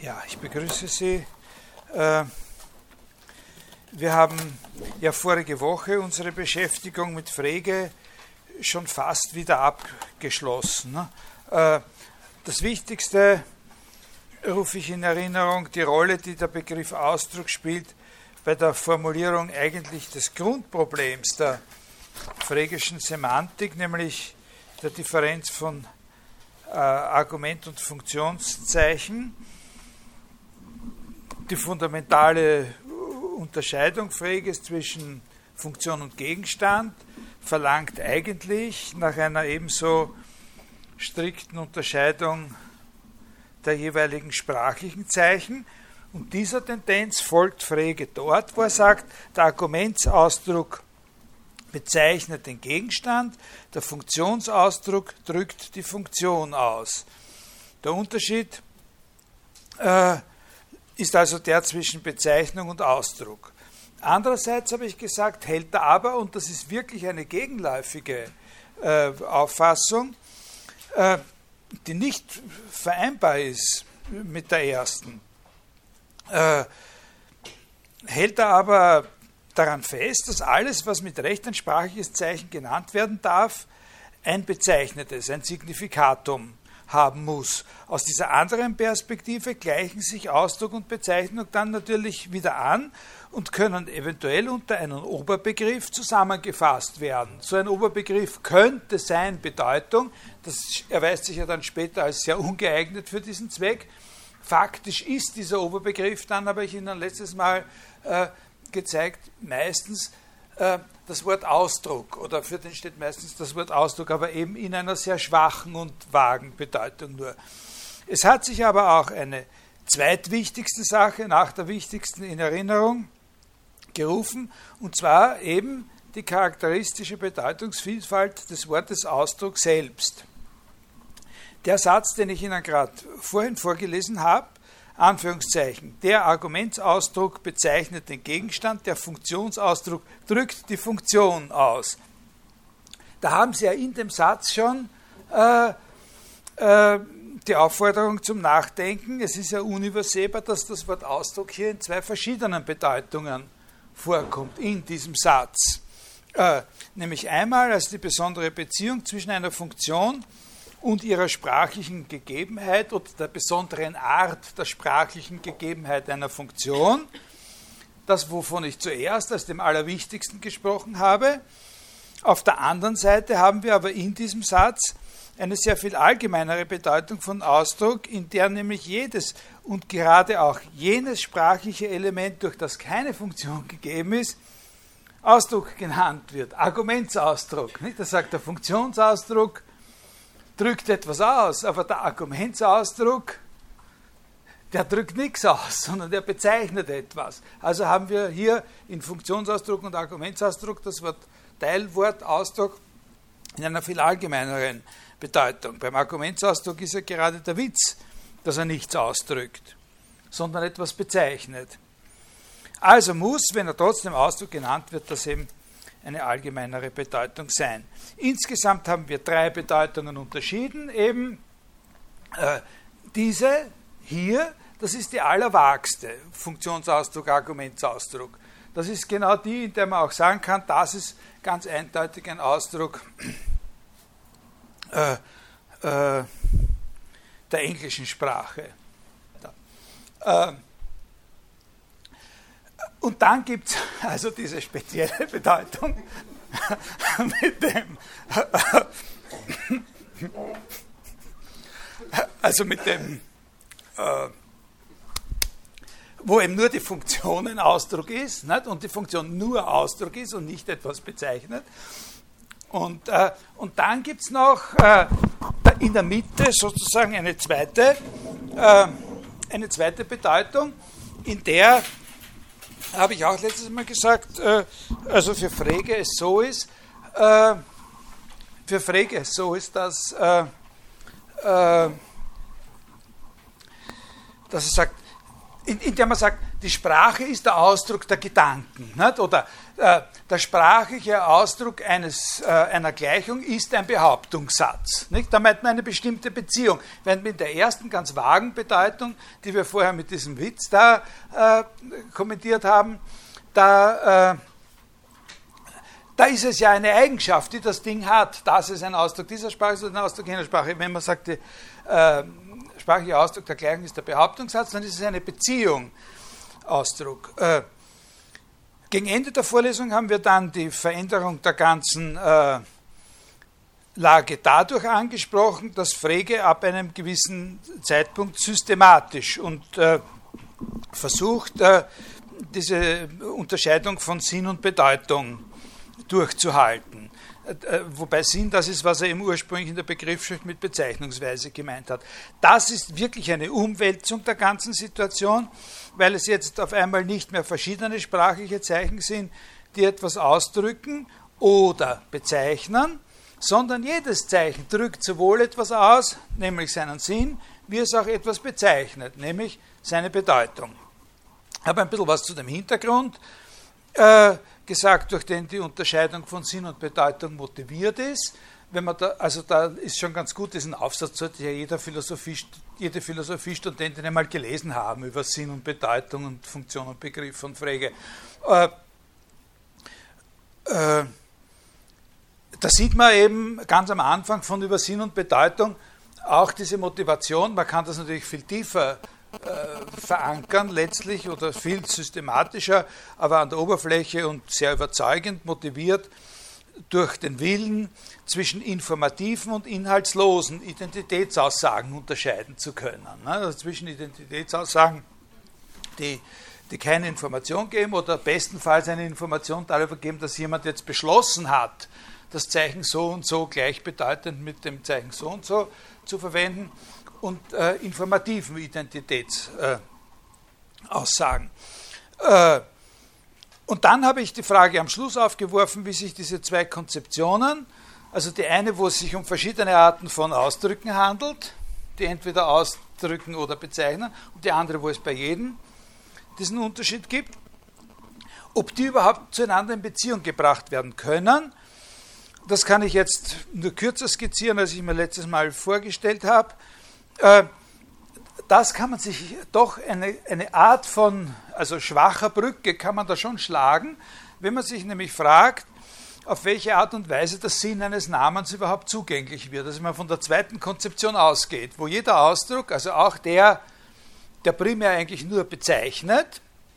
Ja, ich begrüße Sie. Wir haben ja vorige Woche unsere Beschäftigung mit Frege schon fast wieder abgeschlossen. Das Wichtigste rufe ich in Erinnerung, die Rolle, die der Begriff Ausdruck spielt bei der Formulierung eigentlich des Grundproblems der fregischen Semantik, nämlich der Differenz von Argument- und Funktionszeichen. Die fundamentale Unterscheidung Freges zwischen Funktion und Gegenstand verlangt eigentlich nach einer ebenso strikten Unterscheidung der jeweiligen sprachlichen Zeichen. Und dieser Tendenz folgt Frege dort, wo er sagt, der Argumentsausdruck bezeichnet den Gegenstand, der Funktionsausdruck drückt die Funktion aus. Der Unterschied ist also der zwischen Bezeichnung und Ausdruck. Andererseits habe ich gesagt, hält er aber, und das ist wirklich eine gegenläufige Auffassung, die nicht vereinbar ist mit der ersten, hält er aber daran fest, dass alles, was mit Recht ein sprachliches Zeichen genannt werden darf, ein bezeichnetes, ein Signifikatum haben muss. Aus dieser anderen Perspektive gleichen sich Ausdruck und Bezeichnung dann natürlich wieder an und können eventuell unter einen Oberbegriff zusammengefasst werden. So ein Oberbegriff könnte sein Bedeutung, das erweist sich ja dann später als sehr ungeeignet für diesen Zweck. Faktisch ist dieser Oberbegriff dann, habe ich Ihnen letztes Mal gezeigt, meistens das Wort Ausdruck, oder für den steht meistens das Wort Ausdruck, aber eben in einer sehr schwachen und vagen Bedeutung nur. Es hat sich aber auch eine zweitwichtigste Sache nach der wichtigsten in Erinnerung gerufen, und zwar eben die charakteristische Bedeutungsvielfalt des Wortes Ausdruck selbst. Der Satz, den ich Ihnen gerade vorhin vorgelesen habe, Anführungszeichen, der Argumentsausdruck bezeichnet den Gegenstand, der Funktionsausdruck drückt die Funktion aus. Da haben Sie ja in dem Satz schon die Aufforderung zum Nachdenken. Es ist ja unübersehbar, dass das Wort Ausdruck hier in zwei verschiedenen Bedeutungen vorkommt in diesem Satz. Nämlich einmal als die besondere Beziehung zwischen einer Funktion und ihrer sprachlichen Gegebenheit oder der besonderen Art der sprachlichen Gegebenheit einer Funktion. Das, wovon ich zuerst als dem Allerwichtigsten gesprochen habe. Auf der anderen Seite haben wir aber in diesem Satz eine sehr viel allgemeinere Bedeutung von Ausdruck, in der nämlich jedes und gerade auch jenes sprachliche Element, durch das keine Funktion gegeben ist, Ausdruck genannt wird, Argumentsausdruck. Nicht? Das sagt der Funktionsausdruck, drückt etwas aus, aber der Argumentsausdruck, der drückt nichts aus, sondern der bezeichnet etwas. Also haben wir hier in Funktionsausdruck und Argumentsausdruck das Wort Teilwort Ausdruck in einer viel allgemeineren Bedeutung. Beim Argumentsausdruck ist ja gerade der Witz, dass er nichts ausdrückt, sondern etwas bezeichnet. Also muss, wenn er trotzdem Ausdruck genannt wird, das eben eine allgemeinere Bedeutung sein. Insgesamt haben wir drei Bedeutungen unterschieden. Eben diese hier, das ist die allervagste, Funktionsausdruck, Argumentsausdruck. Das ist genau die, in der man auch sagen kann, das ist ganz eindeutig ein Ausdruck der englischen Sprache. Und dann gibt es also diese spezielle Bedeutung mit dem, wo eben nur die Funktion ein Ausdruck ist, nicht? Und die Funktion nur Ausdruck ist und nicht etwas bezeichnet. Und dann gibt es noch in der Mitte sozusagen eine zweite Bedeutung, in der habe ich auch letztes Mal gesagt, also für Frege es so ist, dass er sagt, in der man sagt, die Sprache ist der Ausdruck der Gedanken. Nicht? Oder der sprachliche Ausdruck einer Gleichung ist ein Behauptungssatz. Nicht? Da meint man eine bestimmte Beziehung. Während mit der ersten ganz vagen Bedeutung, die wir vorher mit diesem Witz da kommentiert haben, da ist es ja eine Eigenschaft, die das Ding hat, dass es ein Ausdruck dieser Sprache ist oder ein Ausdruck jener Sprache. Wenn man sagt, der sprachliche Ausdruck der Gleichung ist der Behauptungssatz, dann ist es eine Beziehung, Ausdruck. Gegen Ende der Vorlesung haben wir dann die Veränderung der ganzen Lage dadurch angesprochen, dass Frege ab einem gewissen Zeitpunkt systematisch und versucht, diese Unterscheidung von Sinn und Bedeutung durchzuhalten. Wobei Sinn das ist, was er im ursprünglich in der Begriffsschrift mit Bezeichnungsweise gemeint hat. Das ist wirklich eine Umwälzung der ganzen Situation, weil es jetzt auf einmal nicht mehr verschiedene sprachliche Zeichen sind, die etwas ausdrücken oder bezeichnen, sondern jedes Zeichen drückt sowohl etwas aus, nämlich seinen Sinn, wie es auch etwas bezeichnet, nämlich seine Bedeutung. Ich habe ein bisschen was zu dem Hintergrund gesagt, durch den die Unterscheidung von Sinn und Bedeutung motiviert ist. Wenn man da, also da ist schon ganz gut, diesen Aufsatz sollte ja jede Philosophiestudentin einmal gelesen haben über Sinn und Bedeutung und Funktion und Begriff von Frege. Da sieht man eben ganz am Anfang von über Sinn und Bedeutung auch diese Motivation. Man kann das natürlich viel tiefer verankern letztlich oder viel systematischer, aber an der Oberfläche und sehr überzeugend motiviert durch den Willen zwischen informativen und inhaltslosen Identitätsaussagen unterscheiden zu können. Also zwischen Identitätsaussagen, die keine Information geben oder bestenfalls eine Information darüber geben, dass jemand jetzt beschlossen hat, das Zeichen so und so gleichbedeutend mit dem Zeichen so und so zu verwenden, und informativen Identitätsaussagen. Und dann habe ich die Frage am Schluss aufgeworfen, wie sich diese zwei Konzeptionen, also die eine, wo es sich um verschiedene Arten von Ausdrücken handelt, die entweder ausdrücken oder bezeichnen, und die andere, wo es bei jedem diesen Unterschied gibt, ob die überhaupt zueinander in Beziehung gebracht werden können. Das kann ich jetzt nur kürzer skizzieren, als ich mir letztes Mal vorgestellt habe. Das kann man sich doch eine Art von, also schwacher Brücke kann man da schon schlagen, wenn man sich nämlich fragt, auf welche Art und Weise der Sinn eines Namens überhaupt zugänglich wird. Also wenn man von der zweiten Konzeption ausgeht, wo jeder Ausdruck, also auch der primär eigentlich nur bezeichnet,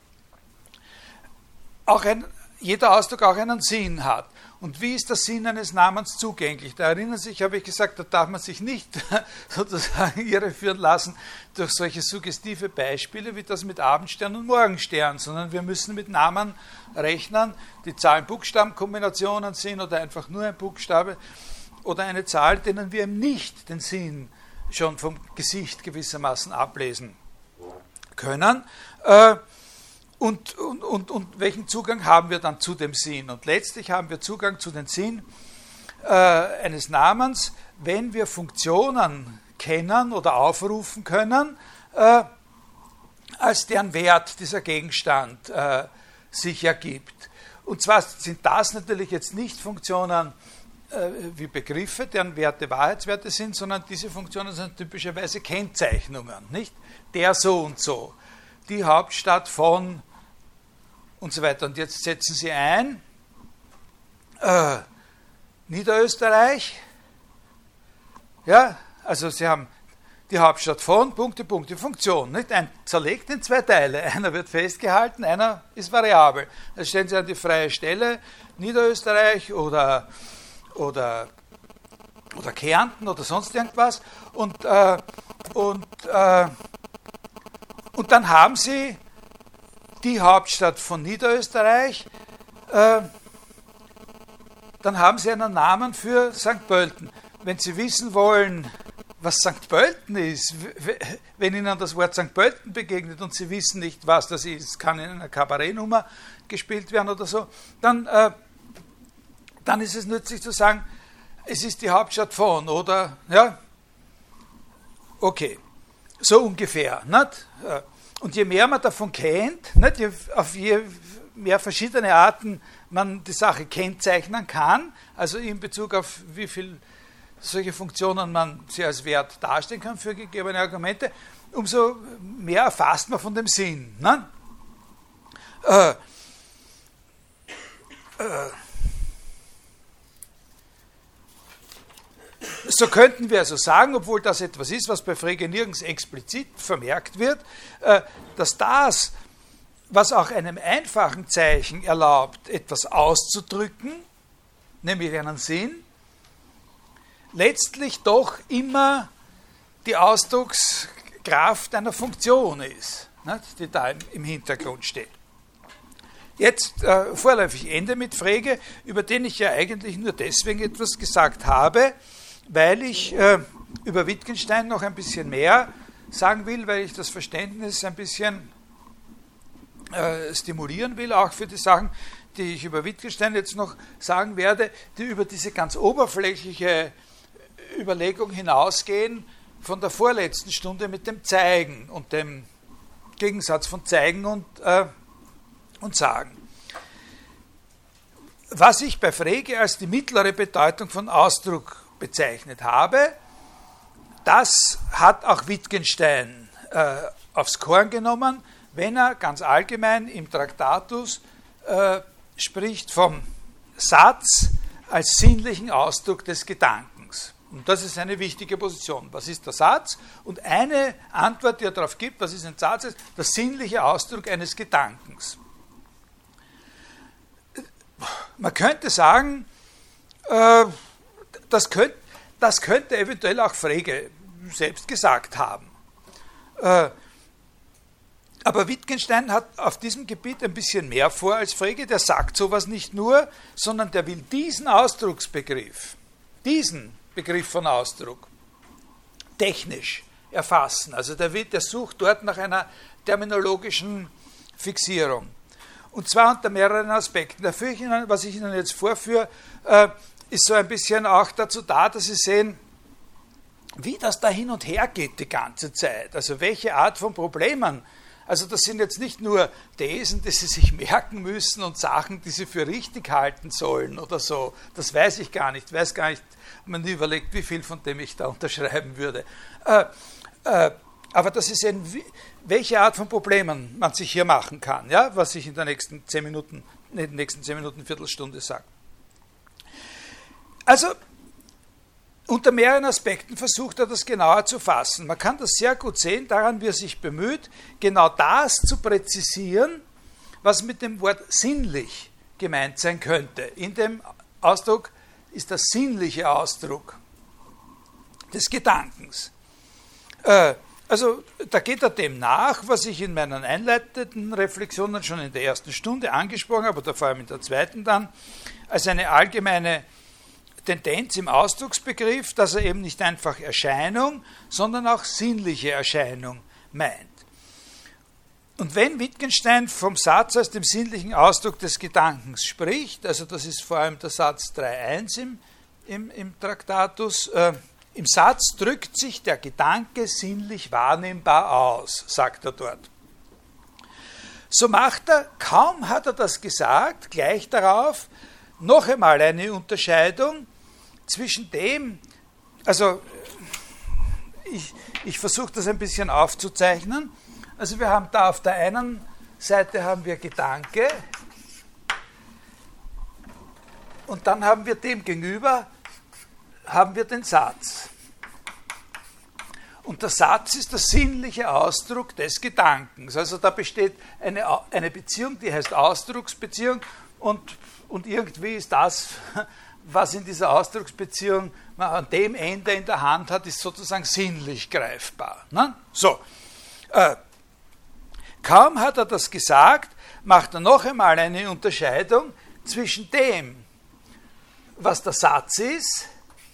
jeder Ausdruck auch einen Sinn hat. Und wie ist der Sinn eines Namens zugänglich? Da erinnern Sie sich, habe ich gesagt, da darf man sich nicht sozusagen irreführen lassen durch solche suggestive Beispiele wie das mit Abendstern und Morgenstern, sondern wir müssen mit Namen rechnen, die Zahlen-Buchstaben-Kombinationen sind oder einfach nur ein Buchstabe oder eine Zahl, denen wir eben nicht den Sinn schon vom Gesicht gewissermaßen ablesen können. Und welchen Zugang haben wir dann zu dem Sinn? Und letztlich haben wir Zugang zu dem Sinn eines Namens, wenn wir Funktionen kennen oder aufrufen können, als deren Wert dieser Gegenstand sich ergibt. Und zwar sind das natürlich jetzt nicht Funktionen wie Begriffe, deren Werte Wahrheitswerte sind, sondern diese Funktionen sind typischerweise Kennzeichnungen, nicht? Der so und so, die Hauptstadt von und so weiter. Und jetzt setzen Sie ein, Niederösterreich, ja, also Sie haben die Hauptstadt von, Punkte, Punkte, Funktion, nicht? Zerlegt in zwei Teile. Einer wird festgehalten, einer ist variabel. Also stellen Sie an die freie Stelle Niederösterreich oder Kärnten oder sonst irgendwas und dann haben Sie die Hauptstadt von Niederösterreich, dann haben Sie einen Namen für St. Pölten. Wenn Sie wissen wollen, was St. Pölten ist, wenn Ihnen das Wort St. Pölten begegnet und Sie wissen nicht, was das ist, kann in einer Kabarettnummer gespielt werden oder so, dann ist es nützlich zu sagen, es ist die Hauptstadt von, oder? Ja? Okay, so ungefähr. Nicht? Und je mehr man davon kennt, nicht, je mehr verschiedene Arten man die Sache kennzeichnen kann, also in Bezug auf wie viel solche Funktionen man sie als Wert darstellen kann für gegebene Argumente, umso mehr erfasst man von dem Sinn. Ne? So könnten wir also sagen, obwohl das etwas ist, was bei Frege nirgends explizit vermerkt wird, dass das, was auch einem einfachen Zeichen erlaubt, etwas auszudrücken, nämlich einen Sinn, letztlich doch immer die Ausdruckskraft einer Funktion ist, nicht, die da im Hintergrund steht. Jetzt vorläufig Ende mit Frege, über den ich ja eigentlich nur deswegen etwas gesagt habe, weil ich über Wittgenstein noch ein bisschen mehr sagen will, weil ich das Verständnis ein bisschen stimulieren will, auch für die Sachen, die ich über Wittgenstein jetzt noch sagen werde, die über diese ganz oberflächliche Überlegung hinausgehen von der vorletzten Stunde mit dem Zeigen und dem Gegensatz von Zeigen und Sagen. Was ich bei Frege als die mittlere Bedeutung von Ausdruck bezeichnet habe, das hat auch Wittgenstein aufs Korn genommen, wenn er ganz allgemein im Traktatus spricht vom Satz als sinnlichen Ausdruck des Gedankens. Und das ist eine wichtige Position. Was ist der Satz? Und eine Antwort, die er darauf gibt, was ist ein Satz, ist der sinnliche Ausdruck eines Gedankens. Man könnte sagen, das könnte eventuell auch Frege selbst gesagt haben. Aber Wittgenstein hat auf diesem Gebiet ein bisschen mehr vor als Frege. Der sagt sowas nicht nur, sondern der will diesen Ausdrucksbegriff, diesen Begriff von Ausdruck, technisch erfassen. Also der sucht dort nach einer terminologischen Fixierung. Und zwar unter mehreren Aspekten. Dafür, was ich Ihnen jetzt vorführe, ist so ein bisschen auch dazu da, dass Sie sehen, wie das da hin und her geht die ganze Zeit. Also welche Art von Problemen. Also das sind jetzt nicht nur Thesen, die Sie sich merken müssen und Sachen, die Sie für richtig halten sollen oder so. Das weiß ich gar nicht. Ich weiß gar nicht, wenn man überlegt, wie viel von dem ich da unterschreiben würde. Aber das ist welche Art von Problemen man sich hier machen kann, ja, was ich in den nächsten 10 Minuten, Viertelstunde sage. Also, unter mehreren Aspekten versucht er das genauer zu fassen. Man kann das sehr gut sehen, daran, wie er sich bemüht, genau das zu präzisieren, was mit dem Wort sinnlich gemeint sein könnte. In dem Ausdruck ist der sinnliche Ausdruck des Gedankens. Also da geht er dem nach, was ich in meinen einleitenden Reflexionen schon in der ersten Stunde angesprochen habe, oder vor allem in der zweiten dann, als eine allgemeine Tendenz im Ausdrucksbegriff, dass er eben nicht einfach Erscheinung, sondern auch sinnliche Erscheinung meint. Und wenn Wittgenstein vom Satz als dem sinnlichen Ausdruck des Gedankens spricht, also das ist vor allem der Satz 3.1 im Traktatus, im Satz drückt sich der Gedanke sinnlich wahrnehmbar aus, sagt er dort. So macht er, kaum hat er das gesagt, gleich darauf noch einmal eine Unterscheidung zwischen dem, also ich versuche das ein bisschen aufzuzeichnen, also wir haben da auf der einen Seite haben wir Gedanke und dann haben wir dem gegenüber haben wir den Satz. Und der Satz ist der sinnliche Ausdruck des Gedankens. Also da besteht eine Beziehung, die heißt Ausdrucksbeziehung und irgendwie ist das, was in dieser Ausdrucksbeziehung man an dem Ende in der Hand hat, ist sozusagen sinnlich greifbar. Ne? So, kaum hat er das gesagt, macht er noch einmal eine Unterscheidung zwischen dem, was der Satz ist,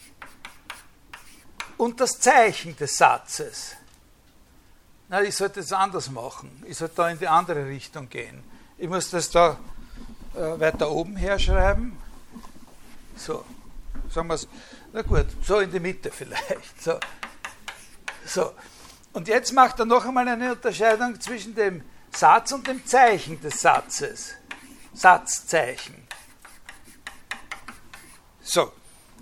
und das Zeichen des Satzes. Na, ich sollte es anders machen. Ich sollte da in die andere Richtung gehen. Ich muss das da weiter oben herschreiben. So, sagen wir es. Na gut, so in die Mitte vielleicht. So. Und jetzt macht er noch einmal eine Unterscheidung zwischen dem Satz und dem Zeichen des Satzes. Satzzeichen. So.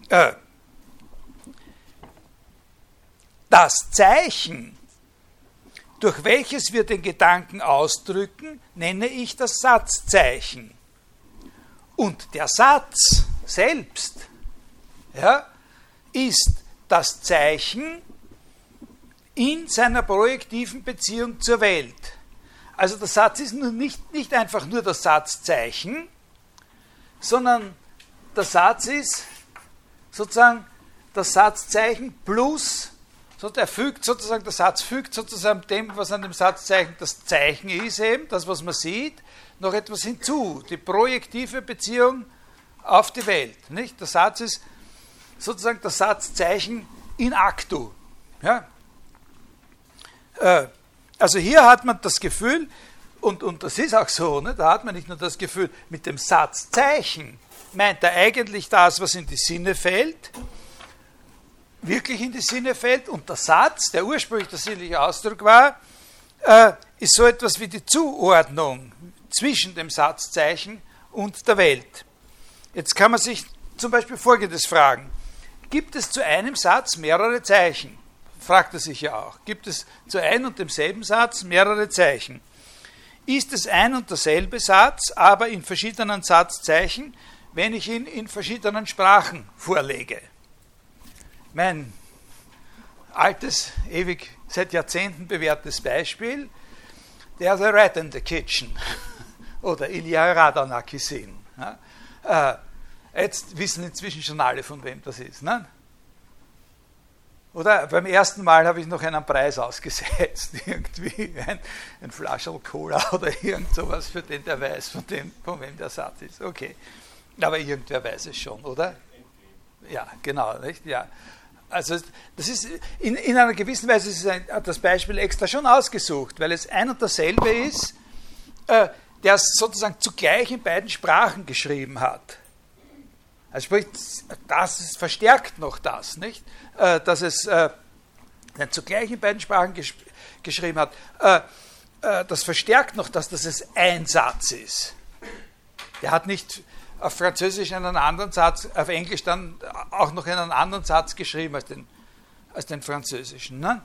Das Zeichen, durch welches wir den Gedanken ausdrücken, nenne ich das Satzzeichen. Und der Satz selbst, ja, ist das Zeichen in seiner projektiven Beziehung zur Welt. Also der Satz ist nicht einfach nur das Satzzeichen, sondern der Satz ist sozusagen das Satzzeichen plus, der Satz fügt sozusagen dem, was an dem Satzzeichen das Zeichen ist, eben, das, was man sieht, noch etwas hinzu, die projektive Beziehung auf die Welt. Nicht? Der Satz ist sozusagen das Satzzeichen in actu. Ja? Also hier hat man das Gefühl, und das ist auch so, ne? Da hat man nicht nur das Gefühl, mit dem Satzzeichen meint er eigentlich das, was in die Sinne fällt, wirklich in die Sinne fällt, und der Satz, der ursprünglich der sinnliche Ausdruck war, ist so etwas wie die Zuordnung zwischen dem Satzzeichen und der Welt. Jetzt kann man sich zum Beispiel Folgendes fragen. Gibt es zu einem Satz mehrere Zeichen? Fragt er sich ja auch. Gibt es zu einem und demselben Satz mehrere Zeichen? Ist es ein und derselbe Satz, aber in verschiedenen Satzzeichen, wenn ich ihn in verschiedenen Sprachen vorlege? Mein altes, ewig seit Jahrzehnten bewährtes Beispiel, There's a rat in the kitchen oder Ilya Radanakisin. Jetzt wissen inzwischen schon alle, von wem das ist. Ne? Oder beim ersten Mal habe ich noch einen Preis ausgesetzt, irgendwie ein Flascherl Cola oder irgend sowas, für den der weiß, von wem der Satz ist. Okay, aber irgendwer weiß es schon, oder? Ja, genau, nicht? Ja. Also das ist in einer gewissen Weise ist das Beispiel extra schon ausgesucht, weil es ein und dasselbe ist, der es sozusagen zugleich in beiden Sprachen geschrieben hat. Also sprich, das verstärkt noch das, nicht? Dass es zugleich in beiden Sprachen geschrieben hat. Das verstärkt noch das, dass es ein Satz ist. Der hat nicht auf Französisch einen anderen Satz, auf Englisch dann auch noch einen anderen Satz geschrieben als den französischen. Ne?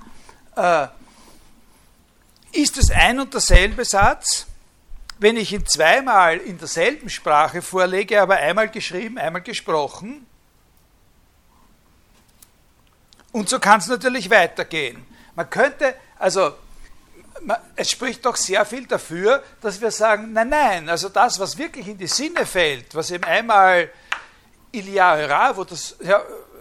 Ist es ein und derselbe Satz, wenn ich ihn zweimal in derselben Sprache vorlege, aber einmal geschrieben, einmal gesprochen? Und so kann es natürlich weitergehen. Man könnte, es spricht doch sehr viel dafür, dass wir sagen, nein, also das, was wirklich in die Sinne fällt, was eben einmal Ilya Ra, wo das, ja,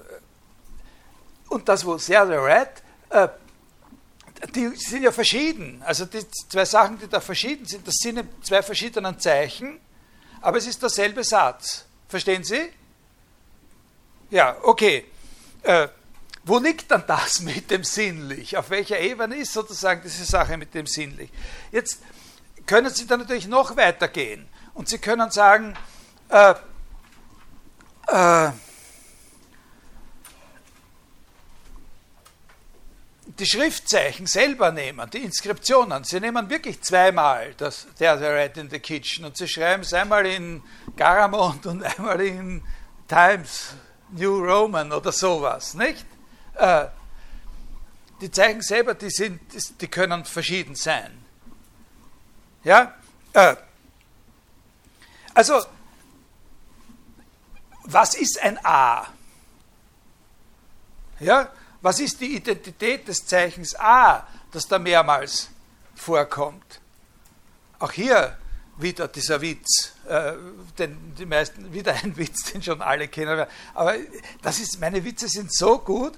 und das, wo Serge Rat, die sind ja verschieden. Also die zwei Sachen, die da verschieden sind, das sind in zwei verschiedenen Zeichen, aber es ist derselbe Satz. Verstehen Sie? Ja, okay. Wo liegt dann das mit dem Sinnlich? Auf welcher Ebene ist sozusagen diese Sache mit dem Sinnlich? Jetzt können Sie dann natürlich noch weitergehen und Sie können sagen, die Schriftzeichen selber nehmen, die Inskriptionen, Sie nehmen wirklich zweimal das There's a rat in the kitchen und Sie schreiben es einmal in Garamond und einmal in Times New Roman oder sowas, nicht? Die Zeichen selber, die können verschieden sein. Ja? Also, was ist ein A? Ja? Was ist die Identität des Zeichens A, das da mehrmals vorkommt? Auch hier wieder dieser Witz, den die meisten, wieder ein Witz, den schon alle kennen. Aber meine Witze sind so gut,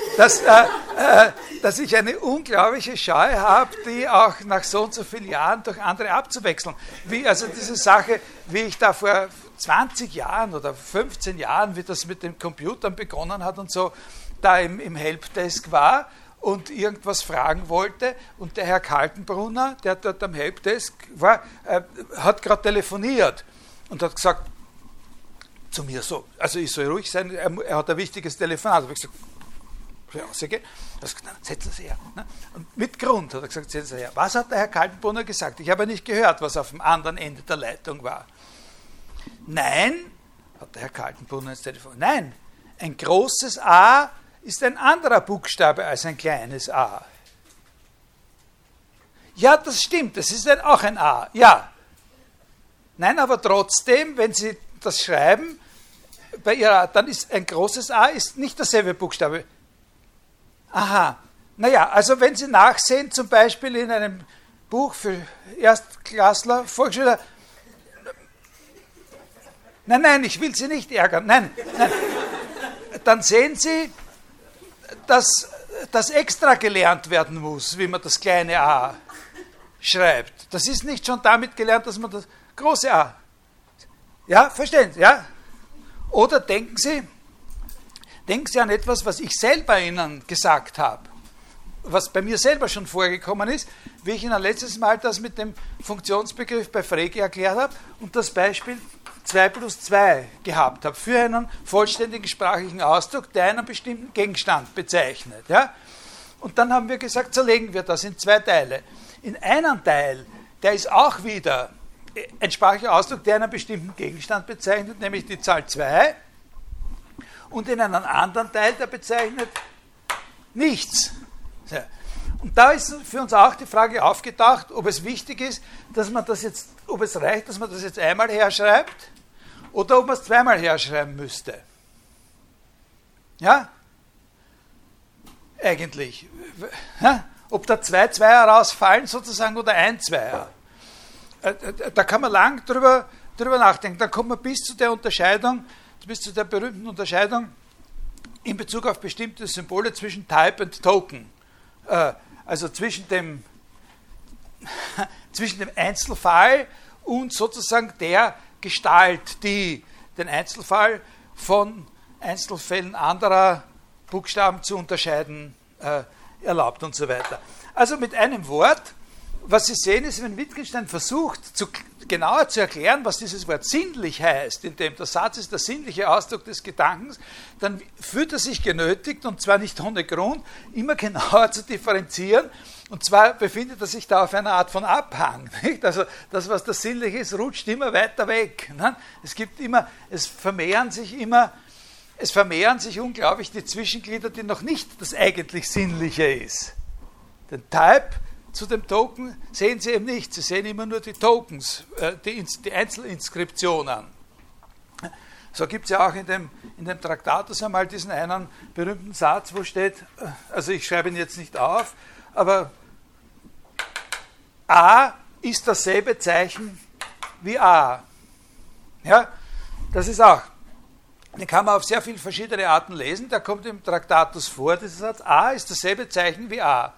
dass ich eine unglaubliche Scheu habe, die auch nach so und so vielen Jahren durch andere abzuwechseln. Also diese Sache, wie ich da vor 20 Jahren oder 15 Jahren, wie das mit den Computern begonnen hat und so, da im Helpdesk war und irgendwas fragen wollte und der Herr Kaltenbrunner, der dort am Helpdesk war, hat gerade telefoniert und hat gesagt zu mir so, also ich soll ruhig sein, er hat ein wichtiges Telefonat. Da habe ich gesagt, rausgehen. Setzen Sie her. Ne? Und mit Grund hat er gesagt, setzen Sie her. Was hat der Herr Kaltenbrunner gesagt? Ich habe nicht gehört, was auf dem anderen Ende der Leitung war. Nein, hat der Herr Kaltenbrunner ins Telefon. Nein, ein großes A ist ein anderer Buchstabe als ein kleines a. Ja, das stimmt, das ist auch ein A, ja. Nein, aber trotzdem, wenn Sie das schreiben, dann ist ein großes A ist nicht derselbe Buchstabe. Aha, naja, also wenn Sie nachsehen, zum Beispiel in einem Buch für Erstklässler, Volksschüler, nein, ich will Sie nicht ärgern, nein, dann sehen Sie, dass das extra gelernt werden muss, wie man das kleine a schreibt. Das ist nicht schon damit gelernt, dass man das große a. Ja, verstehen Sie, ja? Oder denken Sie an etwas, was ich selber Ihnen gesagt habe, was bei mir selber schon vorgekommen ist, wie ich Ihnen letztes Mal das mit dem Funktionsbegriff bei Frege erklärt habe und das Beispiel 2 plus 2 gehabt habe, für einen vollständigen sprachlichen Ausdruck, der einen bestimmten Gegenstand bezeichnet. Ja? Und dann haben wir gesagt, zerlegen wir das in 2 Teile. In einem Teil, der ist auch wieder ein sprachlicher Ausdruck, der einen bestimmten Gegenstand bezeichnet, nämlich die Zahl 2. Und in einem anderen Teil, der bezeichnet nichts. So. Und da ist für uns auch die Frage aufgetaucht, ob es wichtig ist, dass man das jetzt, ob es reicht, dass man das jetzt einmal herschreibt oder ob man es zweimal herschreiben müsste. Ja? Eigentlich. Ja? Ob da 2 Zweier rausfallen sozusagen oder ein Zweier. Da kann man lang drüber nachdenken. Dann kommt man bis zu der berühmten Unterscheidung in Bezug auf bestimmte Symbole zwischen Type und Token. Also zwischen dem Einzelfall und sozusagen der Gestalt, die den Einzelfall von Einzelfällen anderer Buchstaben zu unterscheiden erlaubt und so weiter. Also mit einem Wort, was Sie sehen, ist, wenn Wittgenstein versucht, genauer zu erklären, was dieses Wort sinnlich heißt, indem der Satz ist der sinnliche Ausdruck des Gedankens, dann fühlt er sich genötigt, und zwar nicht ohne Grund, immer genauer zu differenzieren. Und zwar befindet er sich da auf einer Art von Abhang. Nicht? Also das, was das Sinnliche ist, rutscht immer weiter weg. Ne? Es vermehren sich unglaublich die Zwischenglieder, die noch nicht das eigentlich Sinnliche ist. Den Type zu dem Token sehen Sie eben nicht. Sie sehen immer nur die Tokens, die Einzelinskriptionen. So gibt es ja auch in dem Traktatus einmal diesen einen berühmten Satz, wo steht, also ich schreibe ihn jetzt nicht auf, aber A ist dasselbe Zeichen wie A. Ja, das ist auch. Den kann man auf sehr viele verschiedene Arten lesen. Der kommt im Traktatus vor, dieser Satz. A ist dasselbe Zeichen wie A.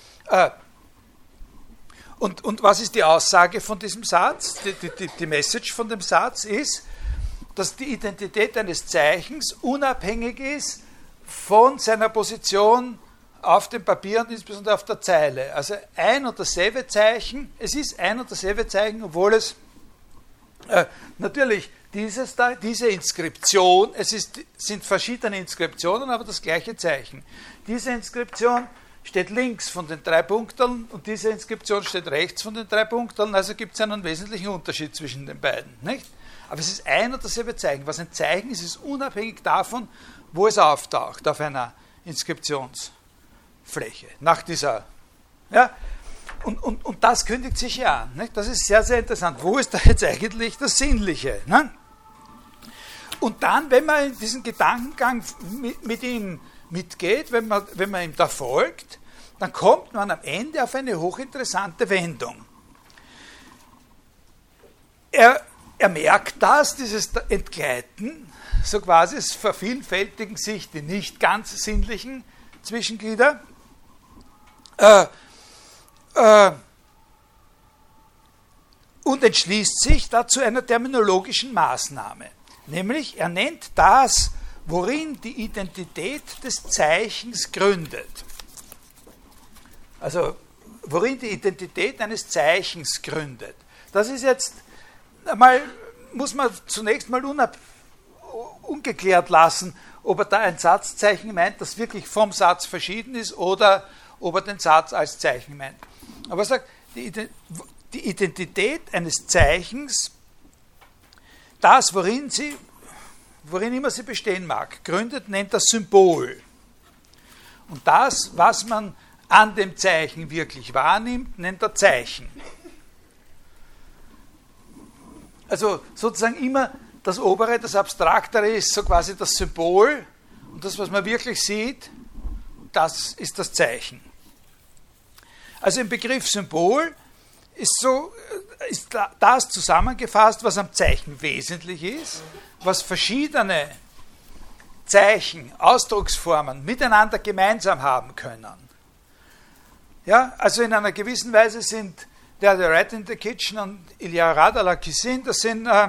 Und was ist die Aussage von diesem Satz? Die Message von dem Satz ist, dass die Identität eines Zeichens unabhängig ist von seiner Position auf dem Papier und insbesondere auf der Zeile. Also ein und dasselbe Zeichen, es ist ein und dasselbe Zeichen, obwohl es natürlich diese Inskription, sind verschiedene Inskriptionen, aber das gleiche Zeichen. Diese Inskription steht links von den 3 Punkten und diese Inskription steht rechts von den 3 Punkten, also gibt es einen wesentlichen Unterschied zwischen den beiden. Nicht? Aber es ist ein und dasselbe Zeichen. Was ein Zeichen ist, ist unabhängig davon, wo es auftaucht, auf einer Inskriptionsfläche. Nach dieser. Ja? Und das kündigt sich ja an. Nicht? Das ist sehr, sehr interessant. Wo ist da jetzt eigentlich das Sinnliche? Ne? Und dann, wenn man in diesen Gedankengang mit ihm mitgeht, wenn man ihm da folgt, dann kommt man am Ende auf eine hochinteressante Wendung. Er merkt dieses Entgleiten, so quasi, es vervielfältigen sich die nicht ganz sinnlichen Zwischenglieder, und entschließt sich dazu einer terminologischen Maßnahme. Nämlich, er nennt das, worin die Identität des Zeichens gründet. Also, worin die Identität eines Zeichens gründet. Das ist jetzt einmal, muss man zunächst mal ungeklärt lassen, ob er da ein Satzzeichen meint, das wirklich vom Satz verschieden ist, oder ob er den Satz als Zeichen meint. Aber er sagt, die Identität eines Zeichens, das, worin immer sie bestehen mag, gründet, nennt das Symbol. Und das, was man an dem Zeichen wirklich wahrnimmt, nennt er Zeichen. Also sozusagen immer das Obere, das Abstraktere ist so quasi das Symbol, und das, was man wirklich sieht, das ist das Zeichen. Also im Begriff Symbol ist das zusammengefasst, was am Zeichen wesentlich ist, was verschiedene Zeichen, Ausdrucksformen miteinander gemeinsam haben können. Ja, also in einer gewissen Weise sind The Rat in the Kitchen und Il y a rat à la cuisine, das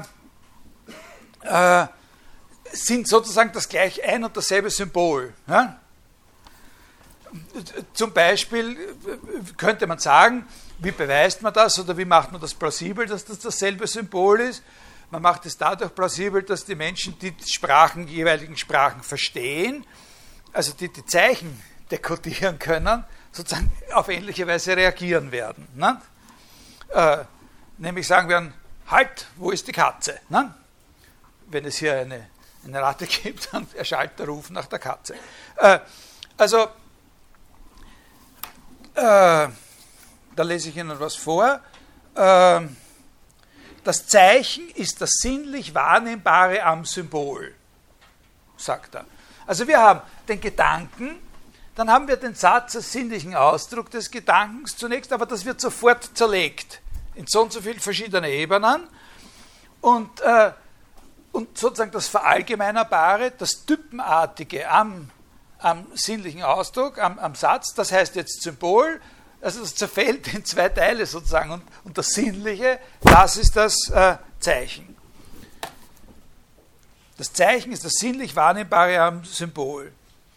sind sozusagen das gleich ein und dasselbe Symbol. Ja? Zum Beispiel könnte man sagen, wie beweist man das oder wie macht man das plausibel, dass das dasselbe Symbol ist? Man macht es dadurch plausibel, dass die Menschen, die jeweiligen Sprachen verstehen, also die Zeichen dekodieren können, sozusagen auf ähnliche Weise reagieren werden. Ne? Nämlich sagen werden, halt, wo ist die Katze? Ne? Wenn es hier eine Ratte gibt, dann erschallt der Ruf nach der Katze. Da lese ich Ihnen was vor. Das Zeichen ist das sinnlich Wahrnehmbare am Symbol, sagt er. Also wir haben den Gedanken, dann haben wir den Satz als sinnlichen Ausdruck des Gedankens zunächst, aber das wird sofort zerlegt in so und so vielen verschiedene Ebenen und sozusagen das Verallgemeinerbare, das Typenartige am sinnlichen Ausdruck, am Satz, das heißt jetzt Symbol, also das zerfällt in zwei Teile sozusagen und das Sinnliche, das ist das Zeichen. Das Zeichen ist das sinnlich Wahrnehmbare am Symbol.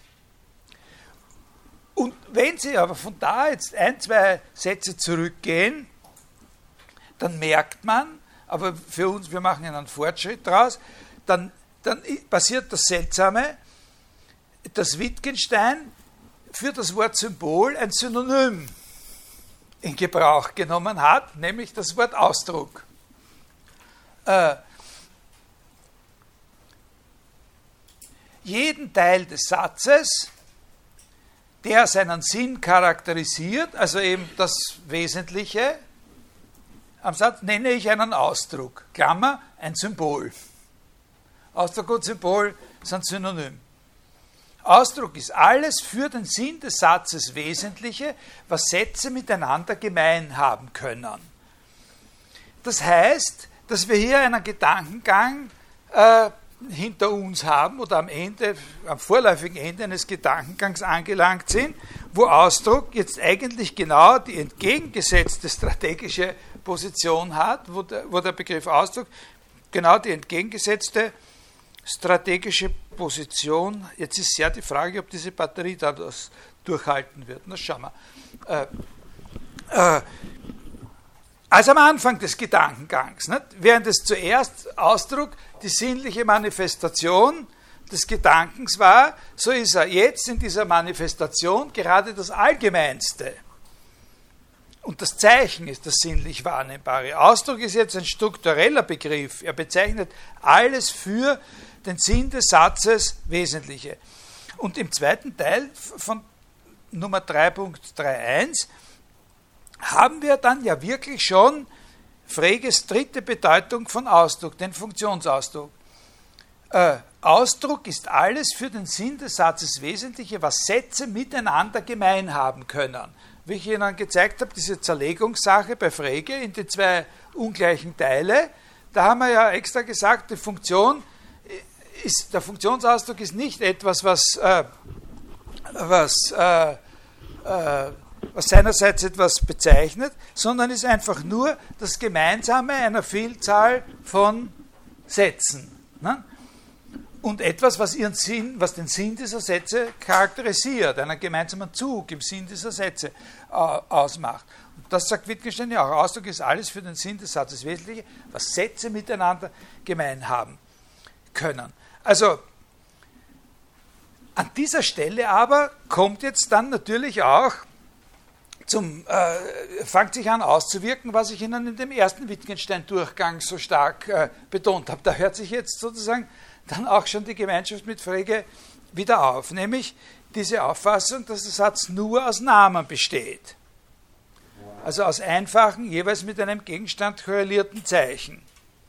Und wenn Sie aber von da jetzt ein, zwei Sätze zurückgehen, dann merkt man, aber für uns, wir machen einen Fortschritt daraus, dann passiert das Seltsame, dass Wittgenstein für das Wort Symbol ein Synonym in Gebrauch genommen hat, nämlich das Wort Ausdruck. Jeden Teil des Satzes, der seinen Sinn charakterisiert, also eben das Wesentliche am Satz, nenne ich einen Ausdruck. Klammer, ein Symbol. Ausdruck und Symbol sind synonym. Ausdruck ist alles für den Sinn des Satzes Wesentliche, was Sätze miteinander gemein haben können. Das heißt, dass wir hier einen Gedankengang hinter uns haben oder am vorläufigen Ende eines Gedankengangs angelangt sind, wo Ausdruck jetzt eigentlich genau die entgegengesetzte strategische Position hat, wo der Begriff Ausdruck genau die entgegengesetzte strategische Position, jetzt ist sehr die Frage, ob diese Batterie da das durchhalten wird. Na, schauen wir. Also am Anfang des Gedankengangs, nicht? Während es zuerst Ausdruck, die sinnliche Manifestation des Gedankens war, so ist er jetzt in dieser Manifestation gerade das Allgemeinste. Und das Zeichen ist das sinnlich Wahrnehmbare. Ausdruck ist jetzt ein struktureller Begriff. Er bezeichnet alles für den Sinn des Satzes Wesentliche. Und im zweiten Teil von Nummer 3.3.1 haben wir dann ja wirklich schon Freges dritte Bedeutung von Ausdruck, den Funktionsausdruck. Ausdruck ist alles für den Sinn des Satzes Wesentliche, was Sätze miteinander gemein haben können. Wie ich Ihnen gezeigt habe, diese Zerlegungssache bei Frege in die zwei ungleichen Teile, da haben wir ja extra gesagt, der Funktionsausdruck ist nicht etwas, was seinerseits etwas bezeichnet, sondern ist einfach nur das Gemeinsame einer Vielzahl von Sätzen. Ne? Und etwas, was den Sinn dieser Sätze charakterisiert, einen gemeinsamen Zug im Sinn dieser Sätze ausmacht. Und das sagt Wittgenstein ja auch. Ausdruck ist alles für den Sinn des Satzes Wesentliche, was Sätze miteinander gemein haben können. Also, An dieser Stelle aber kommt jetzt dann natürlich auch fängt sich an auszuwirken, was ich Ihnen in dem ersten Wittgenstein-Durchgang so stark betont habe. Da hört sich jetzt sozusagen dann auch schon die Gemeinschaft mit Frege wieder auf, nämlich diese Auffassung, dass der Satz nur aus Namen besteht. Also aus einfachen, jeweils mit einem Gegenstand korrelierten Zeichen.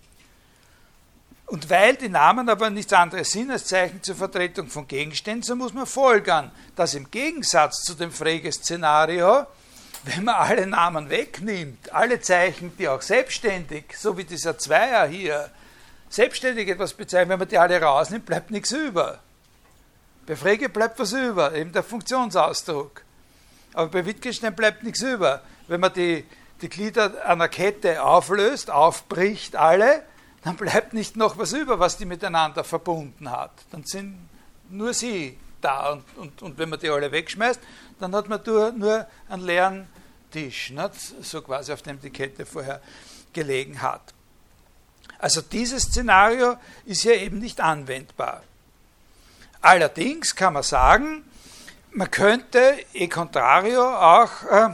Und weil die Namen aber nichts anderes sind als Zeichen zur Vertretung von Gegenständen, so muss man folgern, dass im Gegensatz zu dem Frege-Szenario, wenn man alle Namen wegnimmt, alle Zeichen, die auch selbstständig, so wie dieser Zweier hier, selbstständig etwas bezeichnen, wenn man die alle rausnimmt, bleibt nichts über. Bei Frege bleibt was über, eben der Funktionsausdruck. Aber bei Wittgenstein bleibt nichts über. Wenn man die Glieder einer Kette auflöst, aufbricht alle, dann bleibt nicht noch was über, was die miteinander verbunden hat. Dann sind nur sie da. Und wenn man die alle wegschmeißt, dann hat man nur einen leeren Tisch, nicht? So quasi, auf dem die Kette vorher gelegen hat. Also dieses Szenario ist ja eben nicht anwendbar. Allerdings kann man sagen, man könnte e contrario auch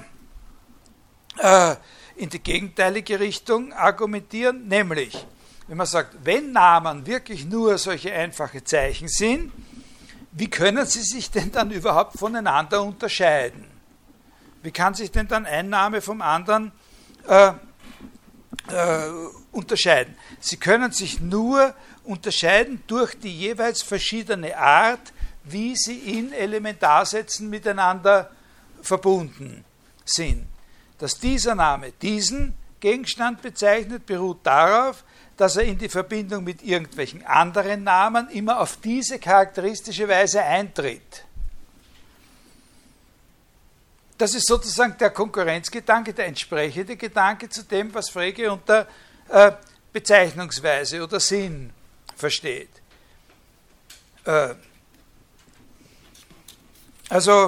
in die gegenteilige Richtung argumentieren, nämlich, wenn man sagt, wenn Namen wirklich nur solche einfache Zeichen sind, wie können sie sich denn dann überhaupt voneinander unterscheiden? Wie kann sich denn dann ein Name vom anderen unterscheiden? Sie können sich nur unterscheiden durch die jeweils verschiedene Art, wie sie in Elementarsätzen miteinander verbunden sind. Dass dieser Name diesen Gegenstand bezeichnet, beruht darauf, dass er in die Verbindung mit irgendwelchen anderen Namen immer auf diese charakteristische Weise eintritt. Das ist sozusagen der Konkurrenzgedanke, der entsprechende Gedanke zu dem, was Frege unter Bezeichnungsweise oder Sinn versteht. Also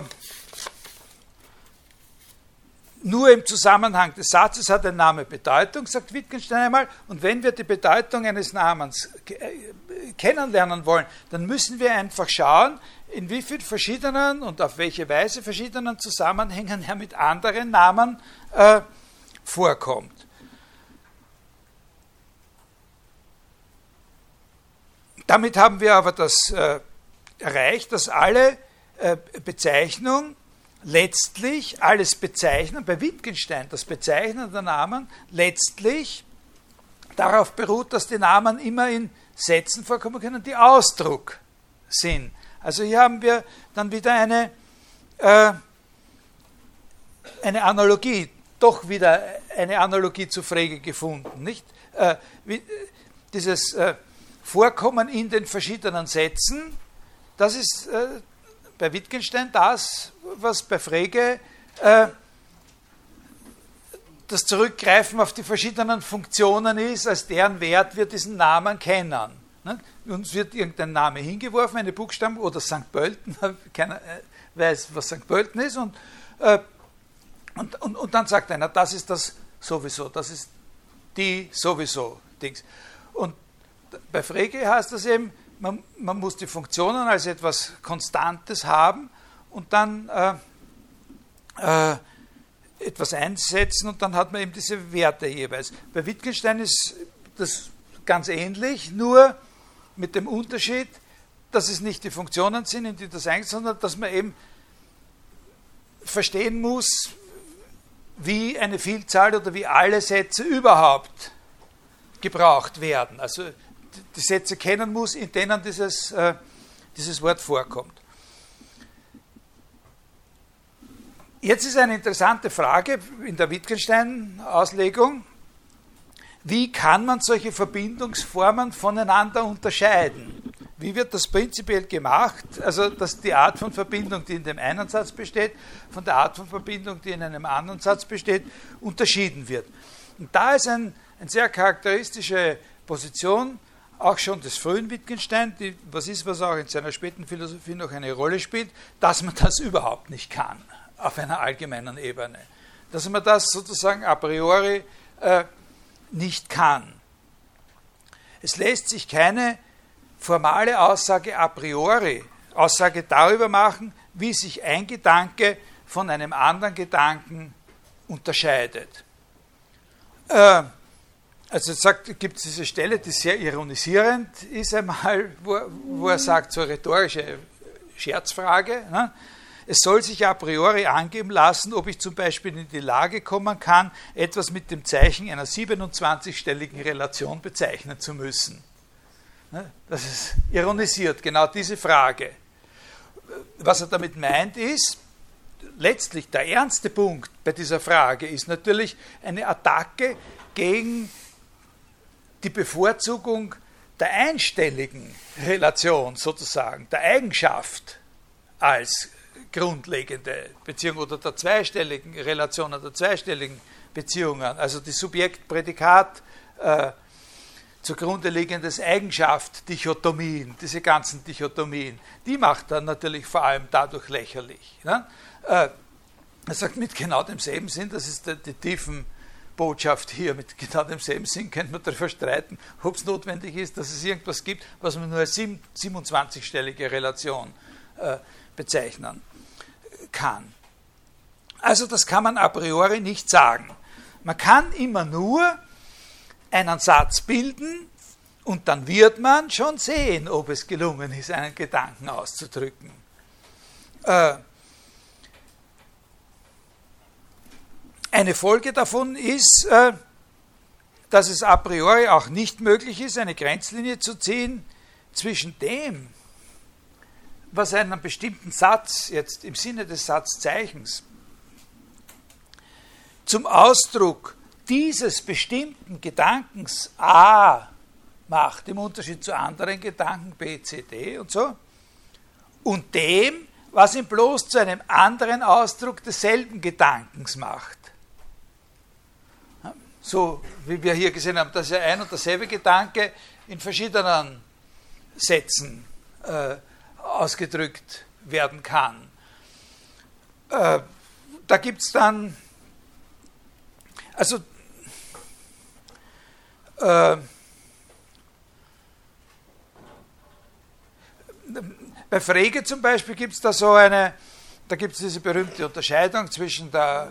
nur im Zusammenhang des Satzes hat ein Name Bedeutung, sagt Wittgenstein einmal, und wenn wir die Bedeutung eines Namens kennenlernen wollen, dann müssen wir einfach schauen, in wie vielen verschiedenen und auf welche Weise verschiedenen Zusammenhängen er mit anderen Namen vorkommt. Damit haben wir aber das erreicht, dass alle Bezeichnung letztlich alles Bezeichnen, bei Wittgenstein das Bezeichnen der Namen, letztlich darauf beruht, dass die Namen immer in Sätzen vorkommen können, die Ausdruck sind. Also hier haben wir dann wieder eine Analogie, doch wieder eine Analogie zu Frege gefunden. Nicht? Dieses Vorkommen in den verschiedenen Sätzen, das ist bei Wittgenstein das, was bei Frege das Zurückgreifen auf die verschiedenen Funktionen ist, als deren Wert wir diesen Namen kennen. Uns wird irgendein Name hingeworfen, eine Buchstaben oder St. Pölten, keiner weiß, was St. Pölten ist, und dann sagt einer, das ist das sowieso, das ist die sowieso Dings. Und bei Frege heißt das eben, man muss die Funktionen als etwas Konstantes haben und dann etwas einsetzen und dann hat man eben diese Werte jeweils. Bei Wittgenstein ist das ganz ähnlich, nur mit dem Unterschied, dass es nicht die Funktionen sind, in die das eingesetzt, sondern dass man eben verstehen muss, wie eine Vielzahl oder wie alle Sätze überhaupt gebraucht werden. Also die Sätze kennen muss, in denen dieses Wort vorkommt. Jetzt ist eine interessante Frage in der Wittgenstein-Auslegung, wie kann man solche Verbindungsformen voneinander unterscheiden? Wie wird das prinzipiell gemacht? Also, dass die Art von Verbindung, die in dem einen Satz besteht, von der Art von Verbindung, die in einem anderen Satz besteht, unterschieden wird. Und da ist eine sehr charakteristische Position, auch schon des frühen Wittgenstein, was auch in seiner späten Philosophie noch eine Rolle spielt, dass man das überhaupt nicht kann, auf einer allgemeinen Ebene. Dass man das sozusagen a priori nicht kann. Es lässt sich keine formale Aussage a priori Aussage darüber machen, wie sich ein Gedanke von einem anderen Gedanken unterscheidet. Also gibt es diese Stelle, die sehr ironisierend ist einmal, wo er sagt, so eine rhetorische Scherzfrage, ne? Es soll sich a priori angeben lassen, ob ich zum Beispiel in die Lage kommen kann, etwas mit dem Zeichen einer 27-stelligen Relation bezeichnen zu müssen. Das ist ironisiert, genau diese Frage. Was er damit meint ist, letztlich der ernste Punkt bei dieser Frage ist natürlich eine Attacke gegen die Bevorzugung der einstelligen Relation sozusagen, der Eigenschaft als grundlegende Beziehung oder der zweistelligen Relationen, der zweistelligen Beziehungen, also die Subjekt-Prädikat zugrunde liegendes Eigenschaft-Dichotomien, diese ganzen Dichotomien, die macht er natürlich vor allem dadurch lächerlich. Ne? Er sagt mit genau demselben Sinn, das ist die tiefen Botschaft hier, mit genau demselben Sinn könnte man darüber streiten, ob es notwendig ist, dass es irgendwas gibt, was man nur als 27-stellige Relation bezeichnen kann. Also das kann man a priori nicht sagen. Man kann immer nur einen Satz bilden und dann wird man schon sehen, ob es gelungen ist, einen Gedanken auszudrücken. Eine Folge davon ist, dass es a priori auch nicht möglich ist, eine Grenzlinie zu ziehen zwischen dem, was einen bestimmten Satz jetzt im Sinne des Satzzeichens zum Ausdruck dieses bestimmten Gedankens A macht, im Unterschied zu anderen Gedanken B, C, D und so, und dem, was ihn bloß zu einem anderen Ausdruck desselben Gedankens macht. So wie wir hier gesehen haben, dass ja ein und derselbe Gedanke in verschiedenen Sätzen ausgedrückt werden kann. Da gibt es dann, also bei Frege zum Beispiel gibt es da so eine, da gibt es diese berühmte Unterscheidung zwischen der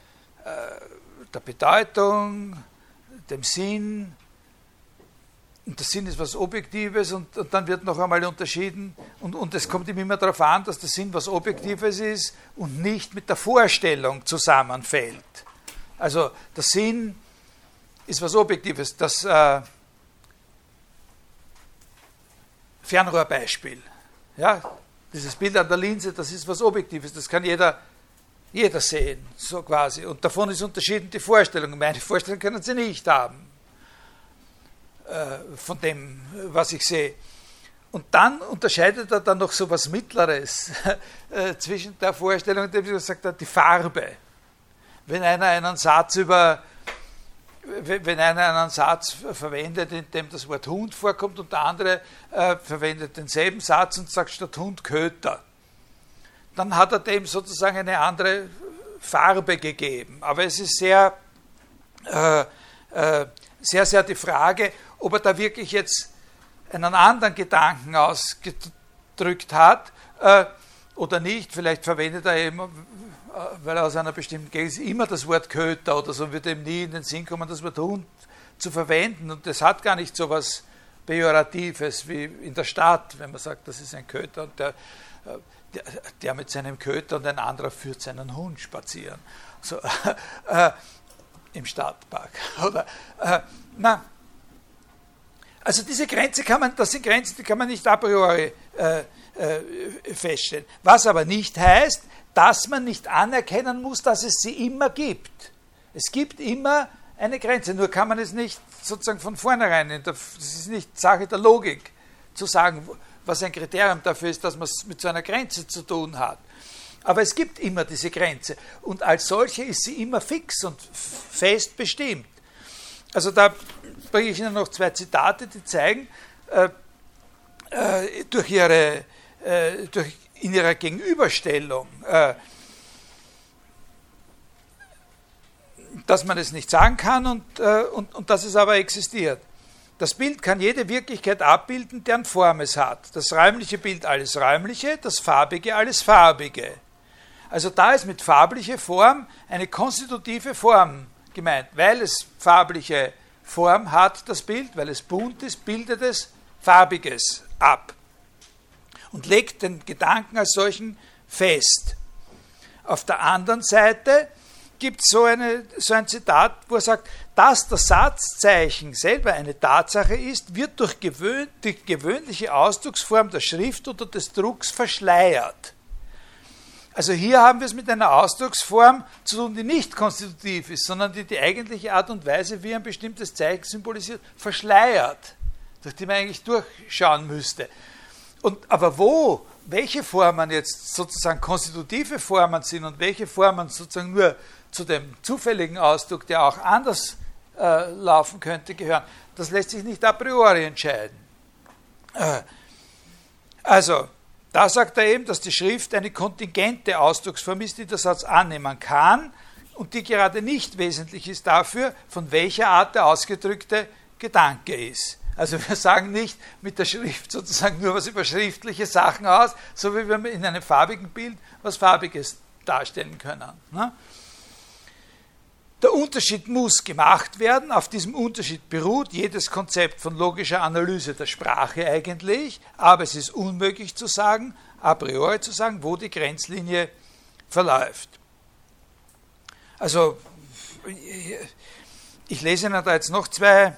Bedeutung, dem Sinn, und der Sinn ist was Objektives und dann wird noch einmal unterschieden und es kommt ihm immer darauf an, dass der Sinn was Objektives ist und nicht mit der Vorstellung zusammenfällt. Also der Sinn ist was Objektives. Das Fernrohrbeispiel, ja, dieses Bild an der Linse, das ist was Objektives, das kann jeder sehen, so quasi. Und davon ist unterschieden die Vorstellung. Meine Vorstellung können Sie nicht haben, von dem, was ich sehe. Und dann unterscheidet er dann noch so was Mittleres zwischen der Vorstellung und dem, wie er sagt, die Farbe. Wenn einer einen Satz verwendet, in dem das Wort Hund vorkommt und der andere verwendet denselben Satz und sagt statt Hund Köter, dann hat er dem sozusagen eine andere Farbe gegeben. Aber es ist sehr, sehr die Frage, ob er da wirklich jetzt einen anderen Gedanken ausgedrückt hat oder nicht. Vielleicht verwendet er eben, weil er aus einer bestimmten Gegend ist, immer das Wort Köter oder so, wird ihm nie in den Sinn kommen, das Wort Hund zu verwenden. Und das hat gar nicht so was Pejoratives wie in der Stadt, wenn man sagt, das ist ein Köter und der mit seinem Köter und ein anderer führt seinen Hund spazieren. So, im Stadtpark. Oder, also diese Grenze das sind Grenzen, die kann man nicht a priori feststellen. Was aber nicht heißt, dass man nicht anerkennen muss, dass es sie immer gibt. Es gibt immer eine Grenze, nur kann man es nicht sozusagen von vornherein, das ist nicht Sache der Logik, zu sagen, was ein Kriterium dafür ist, dass man es mit so einer Grenze zu tun hat. Aber es gibt immer diese Grenze und als solche ist sie immer fix und fest bestimmt. Also da bringe ich Ihnen noch zwei Zitate, die zeigen, in ihrer Gegenüberstellung, dass man es nicht sagen kann und dass es aber existiert. Das Bild kann jede Wirklichkeit abbilden, deren Form es hat. Das räumliche Bild alles Räumliche, das Farbige alles Farbige. Also da ist mit farbliche Form eine konstitutive Form gemeint. Weil es farbliche Form hat, das Bild, weil es bunt ist, bildet es Farbiges ab und legt den Gedanken als solchen fest. Auf der anderen Seite gibt es so ein Zitat, wo er sagt, dass das Satzzeichen selber eine Tatsache ist, wird durch die gewöhnliche Ausdrucksform der Schrift oder des Drucks verschleiert. Also hier haben wir es mit einer Ausdrucksform zu tun, die nicht konstitutiv ist, sondern die eigentliche Art und Weise, wie ein bestimmtes Zeichen symbolisiert, verschleiert, durch die man eigentlich durchschauen müsste. Aber welche Formen jetzt sozusagen konstitutive Formen sind und welche Formen sozusagen nur zu dem zufälligen Ausdruck, der auch anders laufen könnte, gehören, das lässt sich nicht a priori entscheiden. Also, da sagt er eben, dass die Schrift eine kontingente Ausdrucksform ist, die der Satz annehmen kann und die gerade nicht wesentlich ist dafür, von welcher Art der ausgedrückte Gedanke ist. Also wir sagen nicht mit der Schrift sozusagen nur was über schriftliche Sachen aus, so wie wir in einem farbigen Bild was Farbiges darstellen können. Ne? Der Unterschied muss gemacht werden, auf diesem Unterschied beruht jedes Konzept von logischer Analyse der Sprache eigentlich, aber es ist unmöglich zu sagen, a priori zu sagen, wo die Grenzlinie verläuft. Also, ich lese Ihnen da jetzt noch zwei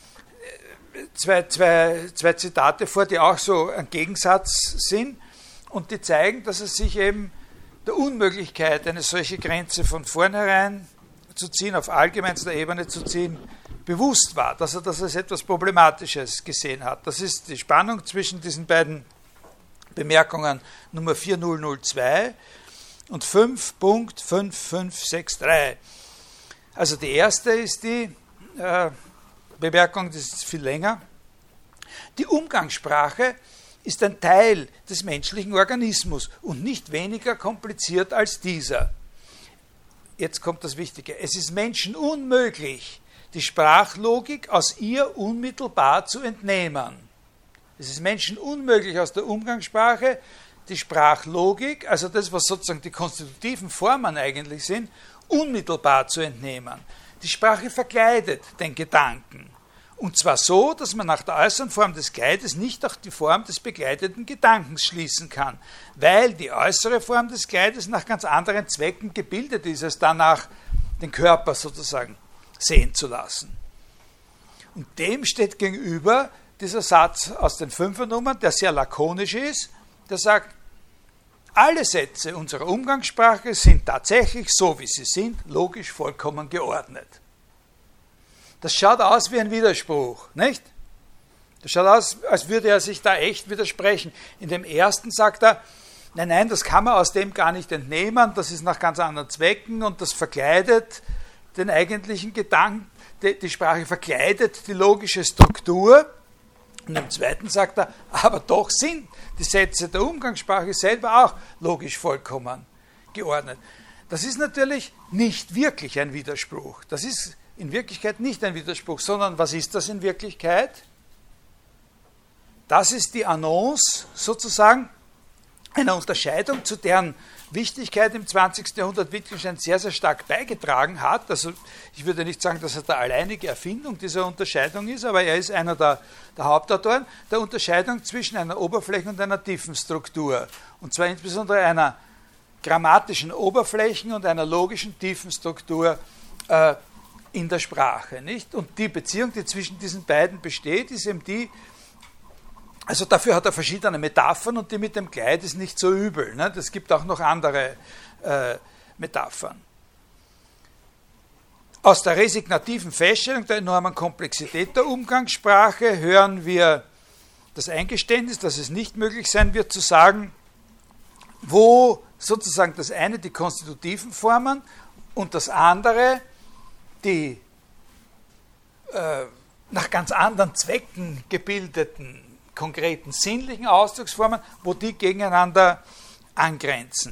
Zitate vor, die auch so ein Gegensatz sind und die zeigen, dass es sich eben der Unmöglichkeit, eine solche Grenze von vornherein zu ziehen, auf allgemeinster Ebene zu ziehen, bewusst war, dass er das als etwas Problematisches gesehen hat. Das ist die Spannung zwischen diesen beiden Bemerkungen Nummer 4002 und 5.5563. Also die erste ist die Bemerkung, das ist viel länger. Die Umgangssprache ist ein Teil des menschlichen Organismus und nicht weniger kompliziert als dieser. Jetzt kommt das Wichtige. Es ist Menschen unmöglich, die Sprachlogik aus ihr unmittelbar zu entnehmen. Es ist Menschen unmöglich, aus der Umgangssprache die Sprachlogik, also das, was sozusagen die konstitutiven Formen eigentlich sind, unmittelbar zu entnehmen. Die Sprache verkleidet den Gedanken. Und zwar so, dass man nach der äußeren Form des Kleides nicht auch die Form des begleiteten Gedankens schließen kann, weil die äußere Form des Kleides nach ganz anderen Zwecken gebildet ist, als danach den Körper sozusagen sehen zu lassen. Und dem steht gegenüber dieser Satz aus den Fünfernummern, der sehr lakonisch ist, der sagt, alle Sätze unserer Umgangssprache sind tatsächlich, so wie sie sind, logisch vollkommen geordnet. Das schaut aus wie ein Widerspruch, nicht? Das schaut aus, als würde er sich da echt widersprechen. In dem ersten sagt er, nein, das kann man aus dem gar nicht entnehmen, das ist nach ganz anderen Zwecken und das verkleidet den eigentlichen Gedanken, die Sprache verkleidet die logische Struktur. Und im zweiten sagt er, aber doch sind die Sätze der Umgangssprache selber auch logisch vollkommen geordnet. Das ist natürlich nicht wirklich ein Widerspruch. Das ist in Wirklichkeit nicht ein Widerspruch, sondern was ist das in Wirklichkeit? Das ist die Annonce sozusagen einer Unterscheidung, zu deren Wichtigkeit im 20. Jahrhundert Wittgenstein sehr, sehr stark beigetragen hat. Also ich würde nicht sagen, dass er der alleinige Erfindung dieser Unterscheidung ist, aber er ist einer der Hauptautoren der Unterscheidung zwischen einer Oberflächen- und einer Tiefenstruktur. Und zwar insbesondere einer grammatischen Oberflächen- und einer logischen Tiefenstruktur in der Sprache, nicht? Und die Beziehung, die zwischen diesen beiden besteht, ist eben die, also dafür hat er verschiedene Metaphern und die mit dem Kleid ist nicht so übel. Ne? Es gibt auch noch andere Metaphern. Aus der resignativen Feststellung der enormen Komplexität der Umgangssprache hören wir das Eingeständnis, dass es nicht möglich sein wird zu sagen, wo sozusagen das eine die konstitutiven Formen und das andere die nach ganz anderen Zwecken gebildeten, konkreten sinnlichen Ausdrucksformen, wo die gegeneinander angrenzen.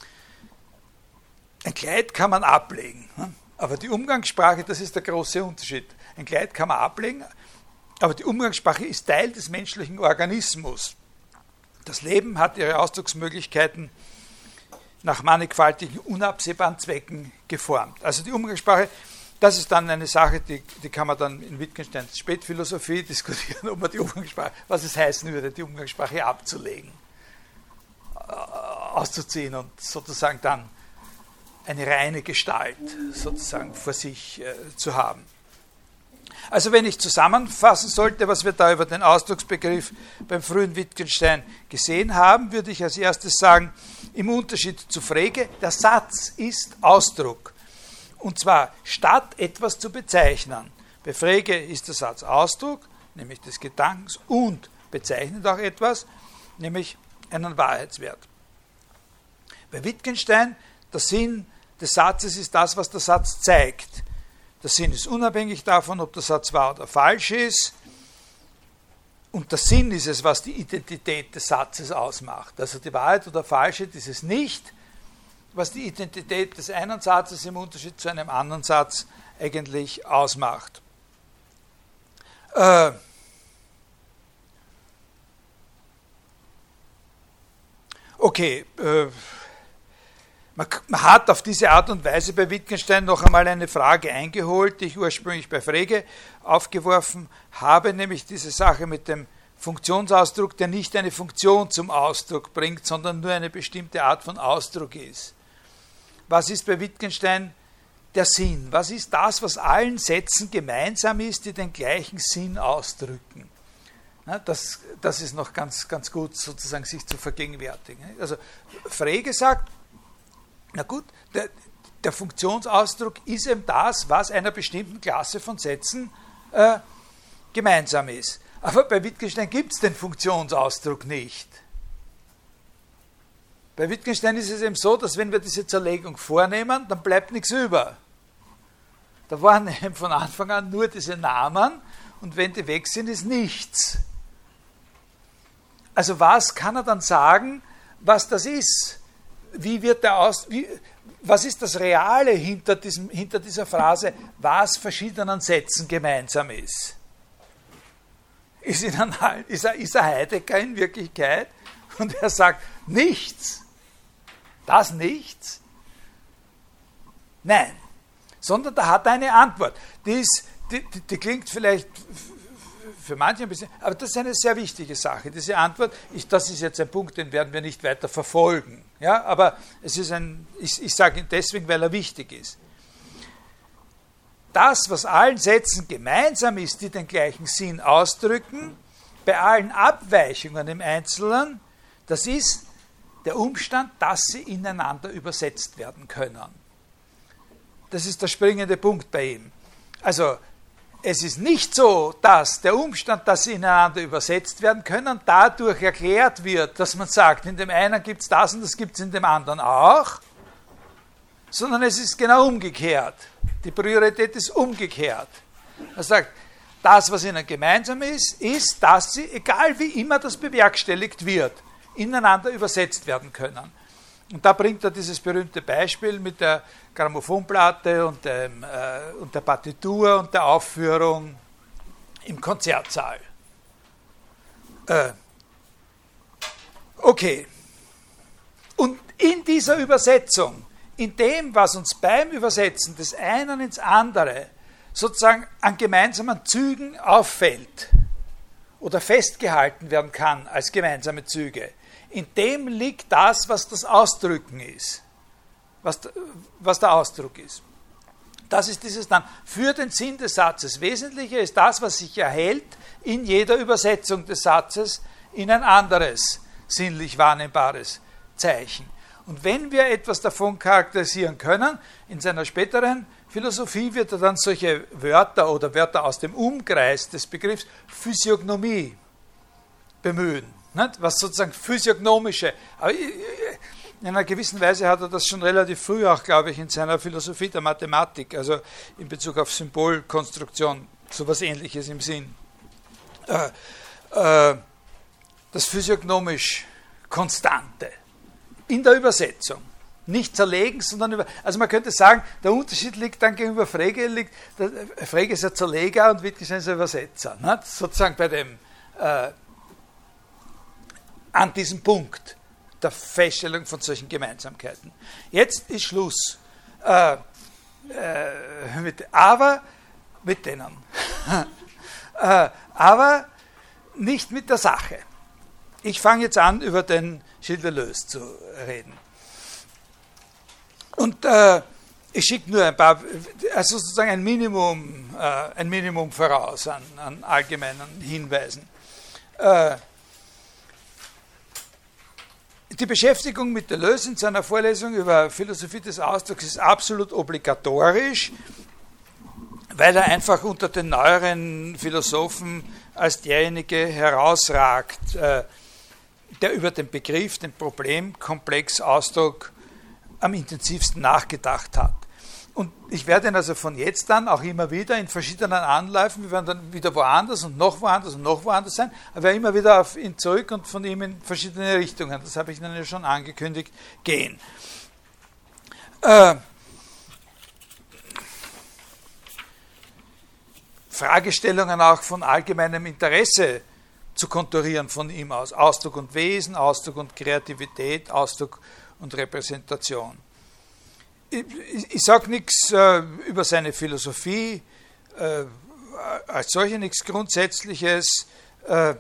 Ein Kleid kann man ablegen, aber die Umgangssprache, das ist der große Unterschied. Ein Kleid kann man ablegen, Aber die Umgangssprache ist Teil des menschlichen Organismus. Das Leben hat ihre Ausdrucksmöglichkeiten nach mannigfaltigen, unabsehbaren Zwecken geformt. Also die Umgangssprache, das ist dann eine Sache, die kann man dann in Wittgensteins Spätphilosophie diskutieren, ob man die Umgangssprache, was es heißen würde, die Umgangssprache abzulegen, auszuziehen und sozusagen dann eine reine Gestalt sozusagen vor sich zu haben. Also wenn ich zusammenfassen sollte, was wir da über den Ausdrucksbegriff beim frühen Wittgenstein gesehen haben, würde ich als erstes sagen, im Unterschied zu Frege, der Satz ist Ausdruck. Und zwar statt etwas zu bezeichnen. Bei Frege ist der Satz Ausdruck, nämlich des Gedankens, und bezeichnet auch etwas, nämlich einen Wahrheitswert. Bei Wittgenstein, der Sinn des Satzes ist das, was der Satz zeigt. Der Sinn ist unabhängig davon, ob der Satz wahr oder falsch ist. Und der Sinn ist es, was die Identität des Satzes ausmacht. Also die Wahrheit oder Falschheit ist es nicht, was die Identität des einen Satzes im Unterschied zu einem anderen Satz eigentlich ausmacht. Man hat auf diese Art und Weise bei Wittgenstein noch einmal eine Frage eingeholt, die ich ursprünglich bei Frege aufgeworfen habe, nämlich diese Sache mit dem Funktionsausdruck, der nicht eine Funktion zum Ausdruck bringt, sondern nur eine bestimmte Art von Ausdruck ist. Was ist bei Wittgenstein der Sinn? Was ist das, was allen Sätzen gemeinsam ist, die den gleichen Sinn ausdrücken? Das ist noch ganz, ganz gut sozusagen sich zu vergegenwärtigen. Also Frege sagt, na gut, der Funktionsausdruck ist eben das, was einer bestimmten Klasse von Sätzen gemeinsam ist. Aber bei Wittgenstein gibt es den Funktionsausdruck nicht. Bei Wittgenstein ist es eben so, dass wenn wir diese Zerlegung vornehmen, dann bleibt nichts über. Da waren eben von Anfang an nur diese Namen und wenn die weg sind, ist nichts. Also was kann er dann sagen, was das ist? Wie wird was ist das Reale hinter dieser Phrase, was verschiedenen Sätzen gemeinsam ist? Ist er Heidegger in Wirklichkeit? Und er sagt, nichts. Das Nichts? Nein. Sondern da hat er eine Antwort. Die klingt vielleicht für manche ein bisschen, aber das ist eine sehr wichtige Sache. Diese Antwort, das ist jetzt ein Punkt, den werden wir nicht weiter verfolgen. Ja, aber es ist ich sage ihn deswegen, weil er wichtig ist. Das, was allen Sätzen gemeinsam ist, die den gleichen Sinn ausdrücken, bei allen Abweichungen im Einzelnen, das ist der Umstand, dass sie ineinander übersetzt werden können. Das ist der springende Punkt bei ihm. Also, es ist nicht so, dass der Umstand, dass sie ineinander übersetzt werden können, dadurch erklärt wird, dass man sagt, in dem einen gibt es das und das gibt es in dem anderen auch, sondern es ist genau umgekehrt. Die Priorität ist umgekehrt. Er sagt, das, was ihnen gemeinsam ist, ist, dass sie, egal wie immer das bewerkstelligt wird, ineinander übersetzt werden können. Und da bringt er dieses berühmte Beispiel mit der Grammophonplatte und der Partitur und der Aufführung im Konzertsaal. Okay. Und in dieser Übersetzung, in dem, was uns beim Übersetzen des einen ins andere sozusagen an gemeinsamen Zügen auffällt oder festgehalten werden kann als gemeinsame Züge, in dem liegt das, was das Ausdrücken ist, was der Ausdruck ist. Das ist dieses dann für den Sinn des Satzes. Wesentliche ist das, was sich erhält in jeder Übersetzung des Satzes in ein anderes sinnlich wahrnehmbares Zeichen. Und wenn wir etwas davon charakterisieren können, in seiner späteren Philosophie wird er dann solche Wörter oder Wörter aus dem Umkreis des Begriffs Physiognomie bemühen, nicht? Was sozusagen physiognomische, aber in einer gewissen Weise hat er das schon relativ früh auch, glaube ich, in seiner Philosophie der Mathematik, also in Bezug auf Symbolkonstruktion, sowas Ähnliches im Sinn. Das physiognomisch Konstante in der Übersetzung. nicht zerlegen, sondern also man könnte sagen, der Unterschied liegt dann gegenüber Frege, Frege ist ein Zerleger und Wittgenstein ist ein Übersetzer. Ne? Sozusagen bei dem, an diesem Punkt der Feststellung von solchen Gemeinsamkeiten. Jetzt ist Schluss. Aber mit denen. Aber nicht mit der Sache. Ich fange jetzt an, über den Gilles Deleuze zu reden. Und ich schicke nur ein paar, also sozusagen ein Minimum voraus an allgemeinen Hinweisen. Die Beschäftigung mit Deleuze in seiner Vorlesung über Philosophie des Ausdrucks ist absolut obligatorisch, weil er einfach unter den neueren Philosophen als derjenige herausragt, der über den Begriff, den Problemkomplex Ausdruck am intensivsten nachgedacht hat. Und ich werde ihn also von jetzt an auch immer wieder in verschiedenen Anläufen, wir werden dann wieder woanders und noch woanders sein, aber immer wieder auf ihn zurück und von ihm in verschiedene Richtungen, das habe ich Ihnen ja schon angekündigt, gehen. Fragestellungen auch von allgemeinem Interesse zu konturieren von ihm aus. Ausdruck und Wesen, Ausdruck und Kreativität, Ausdruck und Repräsentation. Ich sage nichts über seine Philosophie, als solche nichts Grundsätzliches. Er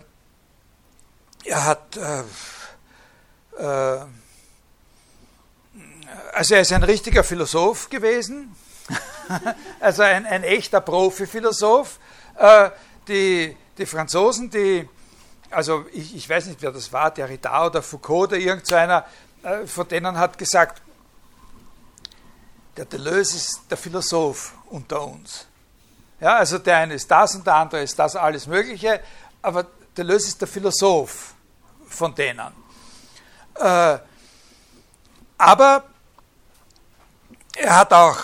ist ein richtiger Philosoph gewesen, also ein echter Profi-Philosoph. Die Franzosen, also ich weiß nicht, wer das war, Derrida oder Foucault oder irgend so einer, von denen hat gesagt, der Deleuze ist der Philosoph unter uns. Ja, also der eine ist das und der andere ist das, alles Mögliche, aber Deleuze ist der Philosoph von denen. Aber er hat auch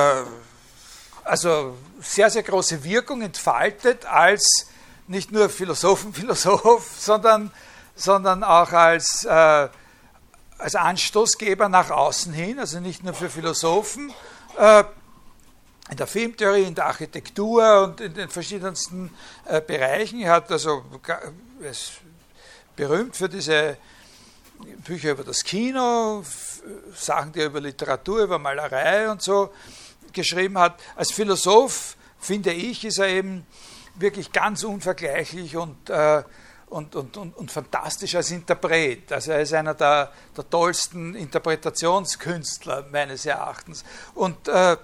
also sehr, sehr große Wirkung entfaltet als nicht nur Philosoph, sondern auch als Anstoßgeber nach außen hin, also nicht nur für Philosophen, in der Filmtheorie, in der Architektur und in den verschiedensten Bereichen. Er ist berühmt für diese Bücher über das Kino, Sachen, die er über Literatur, über Malerei und so geschrieben hat. Als Philosoph, finde ich, ist er eben wirklich ganz unvergleichlich und fantastisch als Interpret. Also er ist einer der tollsten Interpretationskünstler meines Erachtens. Aber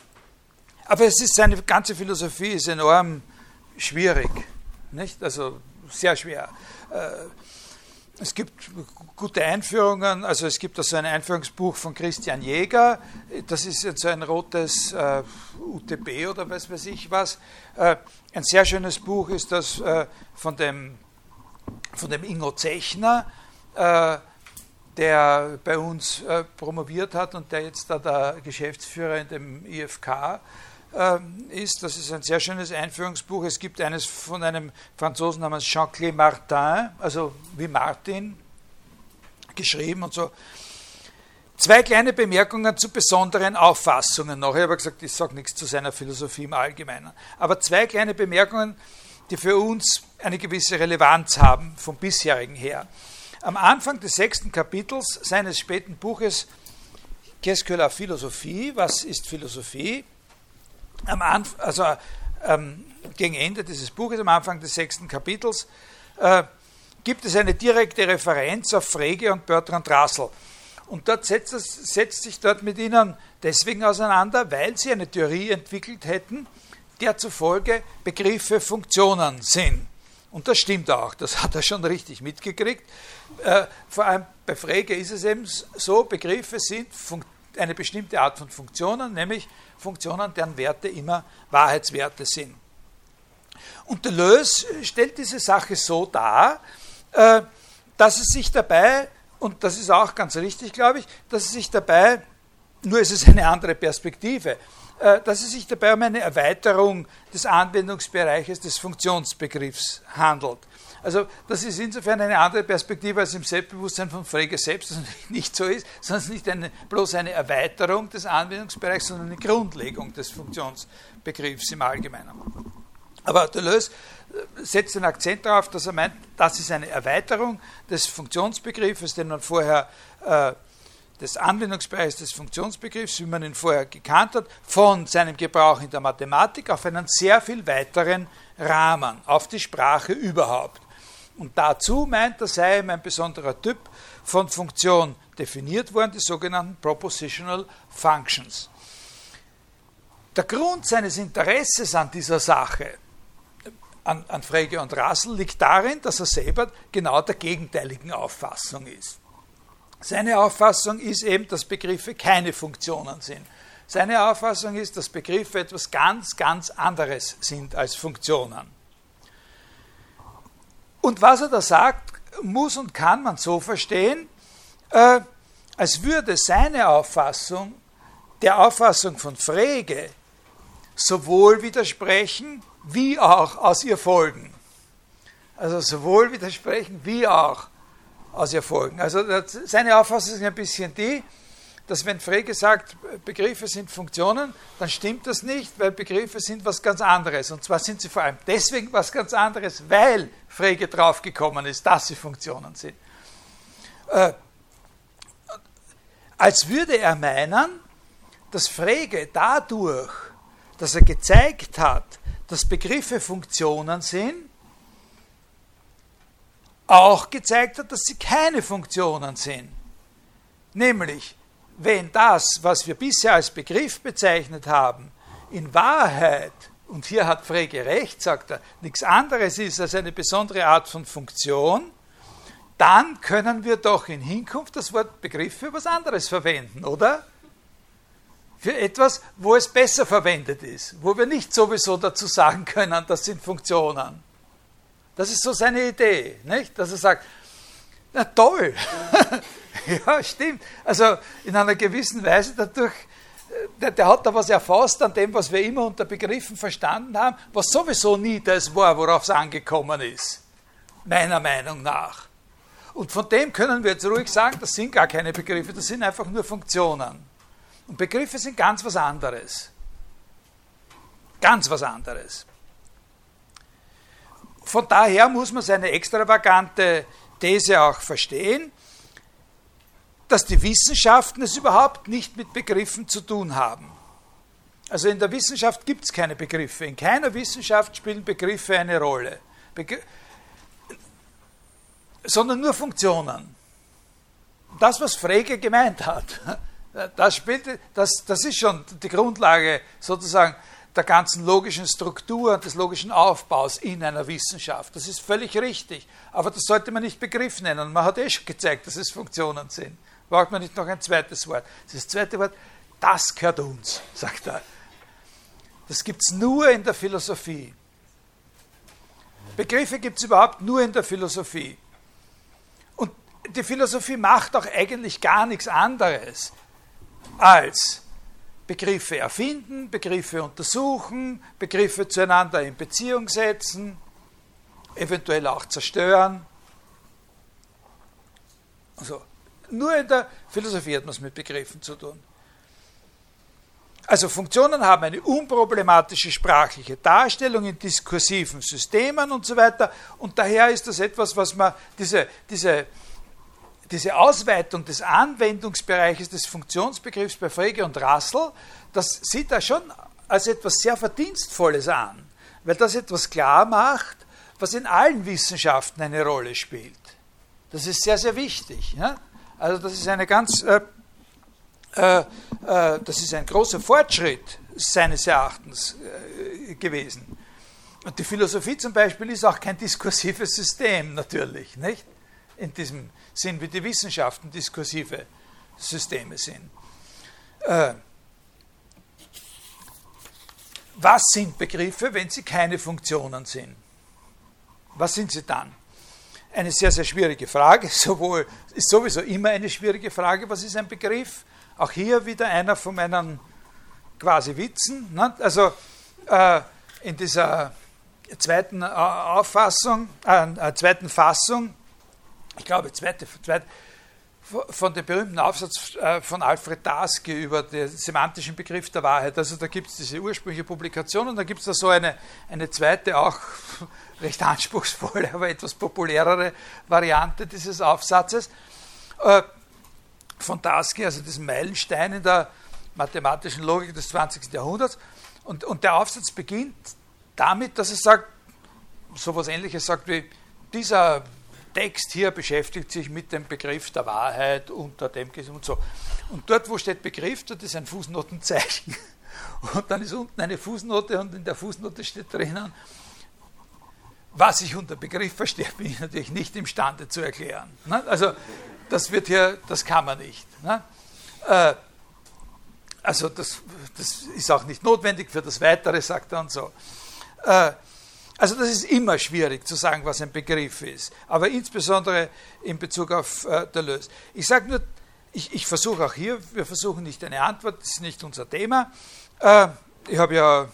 seine ganze Philosophie ist enorm schwierig, nicht? Also sehr schwer. Es gibt gute Einführungen, also es gibt also ein Einführungsbuch von Christian Jäger, das ist jetzt so ein rotes UTB oder was weiß ich was. Ein sehr schönes Buch ist das von dem Ingo Zechner, der bei uns promoviert hat und der jetzt da der Geschäftsführer in dem IFK ist. Das ist ein sehr schönes Einführungsbuch. Es gibt eines von einem Franzosen namens Jean-Claude Martin, also wie Martin, geschrieben und so. 2 kleine Bemerkungen zu besonderen Auffassungen noch. Ich habe gesagt, ich sage nichts zu seiner Philosophie im Allgemeinen. Aber 2 kleine Bemerkungen, die für uns eine gewisse Relevanz haben, vom bisherigen her. Am Anfang des 6. Kapitels seines späten Buches Qu'est-ce que la philosophie? Was ist Philosophie? Gegen Ende dieses Buches, am Anfang des 6. Kapitels, gibt es eine direkte Referenz auf Frege und Bertrand Russell. Und dort setzt sich dort mit ihnen deswegen auseinander, weil sie eine Theorie entwickelt hätten, der zufolge Begriffe Funktionen sind. Und das stimmt auch, das hat er schon richtig mitgekriegt. Vor allem bei Frege ist es eben so, Begriffe sind eine bestimmte Art von Funktionen, nämlich Funktionen, deren Werte immer Wahrheitswerte sind. Und Deleuze stellt diese Sache so dar, dass es sich dabei, und das ist auch ganz richtig, glaube ich, dass es sich dabei, nur ist es eine andere Perspektive, dass es sich dabei um eine Erweiterung des Anwendungsbereiches des Funktionsbegriffs handelt. Also das ist insofern eine andere Perspektive als im Selbstbewusstsein von Frege selbst, dass es nicht so ist, sondern es ist nicht bloß eine Erweiterung des Anwendungsbereichs, sondern eine Grundlegung des Funktionsbegriffs im Allgemeinen. Aber Deleuze setzt den Akzent darauf, dass er meint, das ist eine Erweiterung des Funktionsbegriffes, den man vorher des Anwendungsbereichs des Funktionsbegriffs, wie man ihn vorher gekannt hat, von seinem Gebrauch in der Mathematik auf einen sehr viel weiteren Rahmen, auf die Sprache überhaupt. Und dazu meint er, sei ihm ein besonderer Typ von Funktion definiert worden, die sogenannten Propositional Functions. Der Grund seines Interesses an dieser Sache, an Frege und Russell, liegt darin, dass er selber genau der gegenteiligen Auffassung ist. Seine Auffassung ist eben, dass Begriffe keine Funktionen sind. Seine Auffassung ist, dass Begriffe etwas ganz, ganz anderes sind als Funktionen. Und was er da sagt, muss und kann man so verstehen, als würde seine Auffassung der Auffassung von Frege sowohl widersprechen, wie auch aus ihr folgen. Also sowohl widersprechen, wie auch aus ihr folgen. Also seine Auffassung ist ein bisschen die, dass wenn Frege sagt, Begriffe sind Funktionen, dann stimmt das nicht, weil Begriffe sind was ganz anderes. Und zwar sind sie vor allem deswegen was ganz anderes, weil Frege draufgekommen ist, dass sie Funktionen sind. Als würde er meinen, dass Frege dadurch, dass er gezeigt hat, dass Begriffe Funktionen sind, auch gezeigt hat, dass sie keine Funktionen sind. Nämlich, wenn das, was wir bisher als Begriff bezeichnet haben, in Wahrheit, und hier hat Frege recht, sagt er, nichts anderes ist als eine besondere Art von Funktion, dann können wir doch in Hinkunft das Wort Begriff für was anderes verwenden, oder? Für etwas, wo es besser verwendet ist, wo wir nicht sowieso dazu sagen können, das sind Funktionen. Das ist so seine Idee, nicht? Dass er sagt, na toll, ja, stimmt. Also in einer gewissen Weise dadurch, der hat da was erfasst an dem, was wir immer unter Begriffen verstanden haben, was sowieso nie das war, worauf es angekommen ist, meiner Meinung nach. Und von dem können wir jetzt ruhig sagen, das sind gar keine Begriffe, das sind einfach nur Funktionen. Und Begriffe sind ganz was anderes. Ganz was anderes. Von daher muss man seine extravagante These auch verstehen, dass die Wissenschaften es überhaupt nicht mit Begriffen zu tun haben. Also in der Wissenschaft gibt es keine Begriffe. In keiner Wissenschaft spielen Begriffe eine Rolle. Sondern nur Funktionen. Das, was Frege gemeint hat, das ist schon die Grundlage sozusagen der ganzen logischen Struktur und des logischen Aufbaus in einer Wissenschaft. Das ist völlig richtig. Aber das sollte man nicht Begriff nennen. Man hat schon gezeigt, dass es Funktionen sind. Braucht man nicht noch ein zweites Wort. Das zweite Wort, das gehört uns, sagt er. Das gibt es nur in der Philosophie. Begriffe gibt es überhaupt nur in der Philosophie. Und die Philosophie macht auch eigentlich gar nichts anderes als Begriffe erfinden, Begriffe untersuchen, Begriffe zueinander in Beziehung setzen, eventuell auch zerstören. Also, nur in der Philosophie hat man es mit Begriffen zu tun. Also Funktionen haben eine unproblematische sprachliche Darstellung in diskursiven Systemen und so weiter. Und daher ist das etwas, was man, diese Ausweitung des Anwendungsbereiches des Funktionsbegriffs bei Frege und Russell, das sieht er schon als etwas sehr Verdienstvolles an, weil das etwas klar macht, was in allen Wissenschaften eine Rolle spielt. Das ist sehr, sehr wichtig. Ja? Also das ist das ist ein großer Fortschritt seines Erachtens gewesen. Und die Philosophie zum Beispiel ist auch kein diskursives System natürlich, nicht? In diesem Sinn, wie die Wissenschaften diskursive Systeme sind. Was sind Begriffe, wenn sie keine Funktionen sind? Was sind sie dann? Eine sehr, sehr schwierige Frage. Ist sowieso immer eine schwierige Frage. Was ist ein Begriff? Auch hier wieder einer von meinen quasi Witzen. Ne? Also in dieser zweiten Fassung, ich glaube zweite von dem berühmten Aufsatz von Alfred Tarski über den semantischen Begriff der Wahrheit. Also da gibt es diese ursprüngliche Publikation und dann gibt es da so eine zweite, auch recht anspruchsvolle, aber etwas populärere Variante dieses Aufsatzes von Tarski, also diesem Meilenstein in der mathematischen Logik des 20. Jahrhunderts. Und der Aufsatz beginnt damit, dass er sagt, so etwas Ähnliches sagt wie, dieser Text hier beschäftigt sich mit dem Begriff der Wahrheit unter dem und so. Und dort, wo steht Begriff, dort ist ein Fußnotenzeichen. Und dann ist unten eine Fußnote und in der Fußnote steht drinnen, was ich unter Begriff verstehe, bin ich natürlich nicht imstande zu erklären. Also das wird hier, das kann man nicht. Also das ist auch nicht notwendig für das Weitere, sagt er und so. Also das ist immer schwierig zu sagen, was ein Begriff ist, aber insbesondere in Bezug auf Deleuze. Ich sage nur, ich versuche auch hier, wir versuchen nicht eine Antwort, das ist nicht unser Thema. Ich habe ja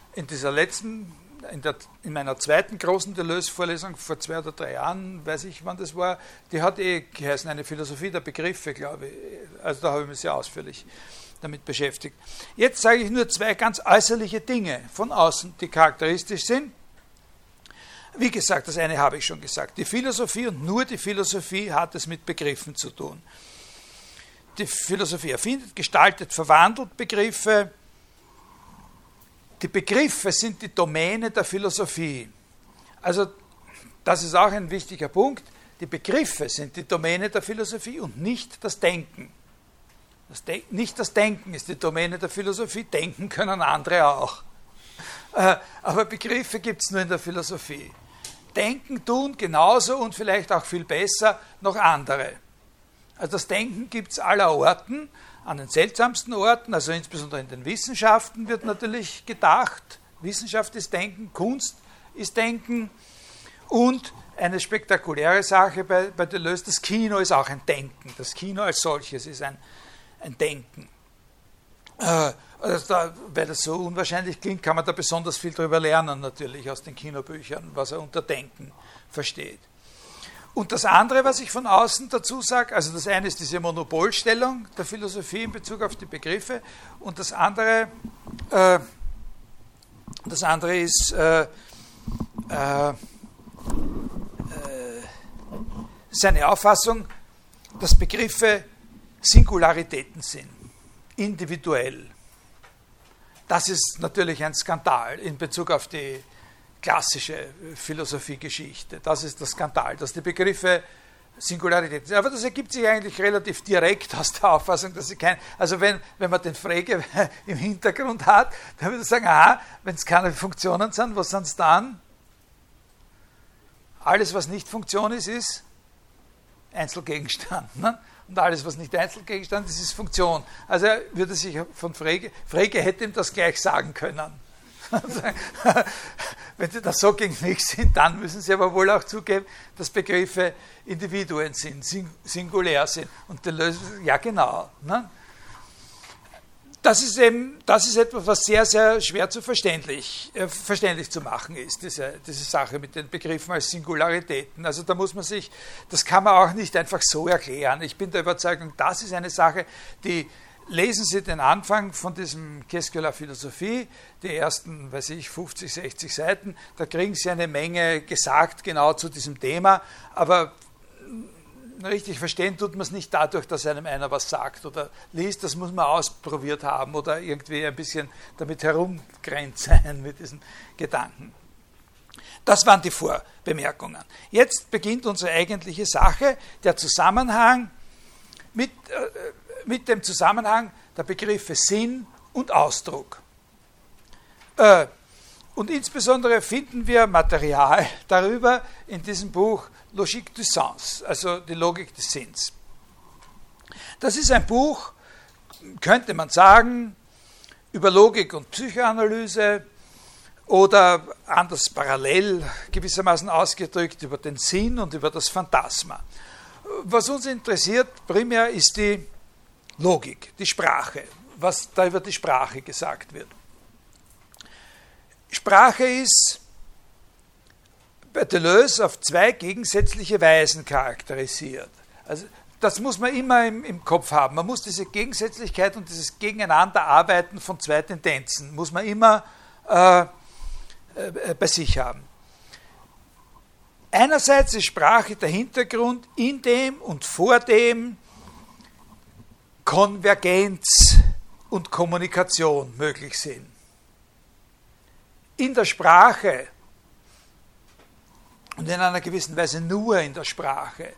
in meiner zweiten großen Deleuze-Vorlesung vor 2 oder 3 Jahren, weiß ich wann das war, die hat geheißen, eine Philosophie der Begriffe, glaube ich. Also da habe ich mich sehr ausführlich damit beschäftigt. Jetzt sage ich nur 2 ganz äußerliche Dinge von außen, die charakteristisch sind. Wie gesagt, das eine habe ich schon gesagt. Die Philosophie und nur die Philosophie hat es mit Begriffen zu tun. Die Philosophie erfindet, gestaltet, verwandelt Begriffe. Die Begriffe sind die Domäne der Philosophie. Also das ist auch ein wichtiger Punkt. Die Begriffe sind die Domäne der Philosophie und nicht das Denken. Nicht das Denken ist die Domäne der Philosophie, denken können andere auch. Aber Begriffe gibt es nur in der Philosophie. Denken tun genauso und vielleicht auch viel besser noch andere. Also das Denken gibt es aller Orten, an den seltsamsten Orten, also insbesondere in den Wissenschaften wird natürlich gedacht. Wissenschaft ist Denken, Kunst ist Denken und eine spektakuläre Sache bei Deleuze, das Kino ist auch ein Denken. Das Kino als solches ist ein Denken. Weil das so unwahrscheinlich klingt, kann man da besonders viel darüber lernen, natürlich aus den Kinobüchern, was er unter Denken versteht. Und das andere, was ich von außen dazu sage, also das eine ist diese Monopolstellung der Philosophie in Bezug auf die Begriffe und das andere ist seine Auffassung, dass Begriffe Singularitäten sind, individuell. Das ist natürlich ein Skandal in Bezug auf die klassische Philosophiegeschichte. Das ist der Skandal, dass die Begriffe Singularitäten sind. Aber das ergibt sich eigentlich relativ direkt aus der Auffassung, dass sie also wenn man den Frege im Hintergrund hat, dann würde man sagen, wenn es keine Funktionen sind, was sind es dann? Alles, was nicht Funktion ist, ist Einzelgegenstand. Ne? Und alles, was nicht Einzelgegenstand ist, ist Funktion. Also würde sich von Frege hätte ihm das gleich sagen können. Wenn Sie das so gegen mich sind, dann müssen Sie aber wohl auch zugeben, dass Begriffe Individuen sind, singulär sind. Und Deleuze, ja genau. Ne? Das ist etwas, was sehr, sehr schwer verständlich zu machen ist, diese Sache mit den Begriffen als Singularitäten. Also da muss man sich, das kann man auch nicht einfach so erklären. Ich bin der Überzeugung, das ist eine Sache, die lesen Sie den Anfang von diesem Qu'est-ce que la Philosophie, die ersten, 50, 60 Seiten, da kriegen Sie eine Menge gesagt genau zu diesem Thema, aber richtig verstehen tut man es nicht dadurch, dass einem einer was sagt oder liest, das muss man ausprobiert haben oder irgendwie ein bisschen damit herumgerannt sein mit diesen Gedanken. Das waren die Vorbemerkungen. Jetzt beginnt unsere eigentliche Sache, der Zusammenhang mit dem Zusammenhang der Begriffe Sinn und Ausdruck. Und insbesondere finden wir Material darüber in diesem Buch Logique du Sens, also die Logik des Sinns. Das ist ein Buch, könnte man sagen, über Logik und Psychoanalyse oder anders parallel gewissermaßen ausgedrückt über den Sinn und über das Phantasma. Was uns interessiert primär ist die Logik, die Sprache, was da über die Sprache gesagt wird. Sprache ist bei Deleuze auf zwei gegensätzliche Weisen charakterisiert. Also das muss man immer im Kopf haben. Man muss diese Gegensätzlichkeit und dieses Gegeneinanderarbeiten von zwei Tendenzen, muss man immer bei sich haben. Einerseits ist Sprache der Hintergrund, in dem und vor dem Konvergenz und Kommunikation möglich sind. In der Sprache und in einer gewissen Weise nur in der Sprache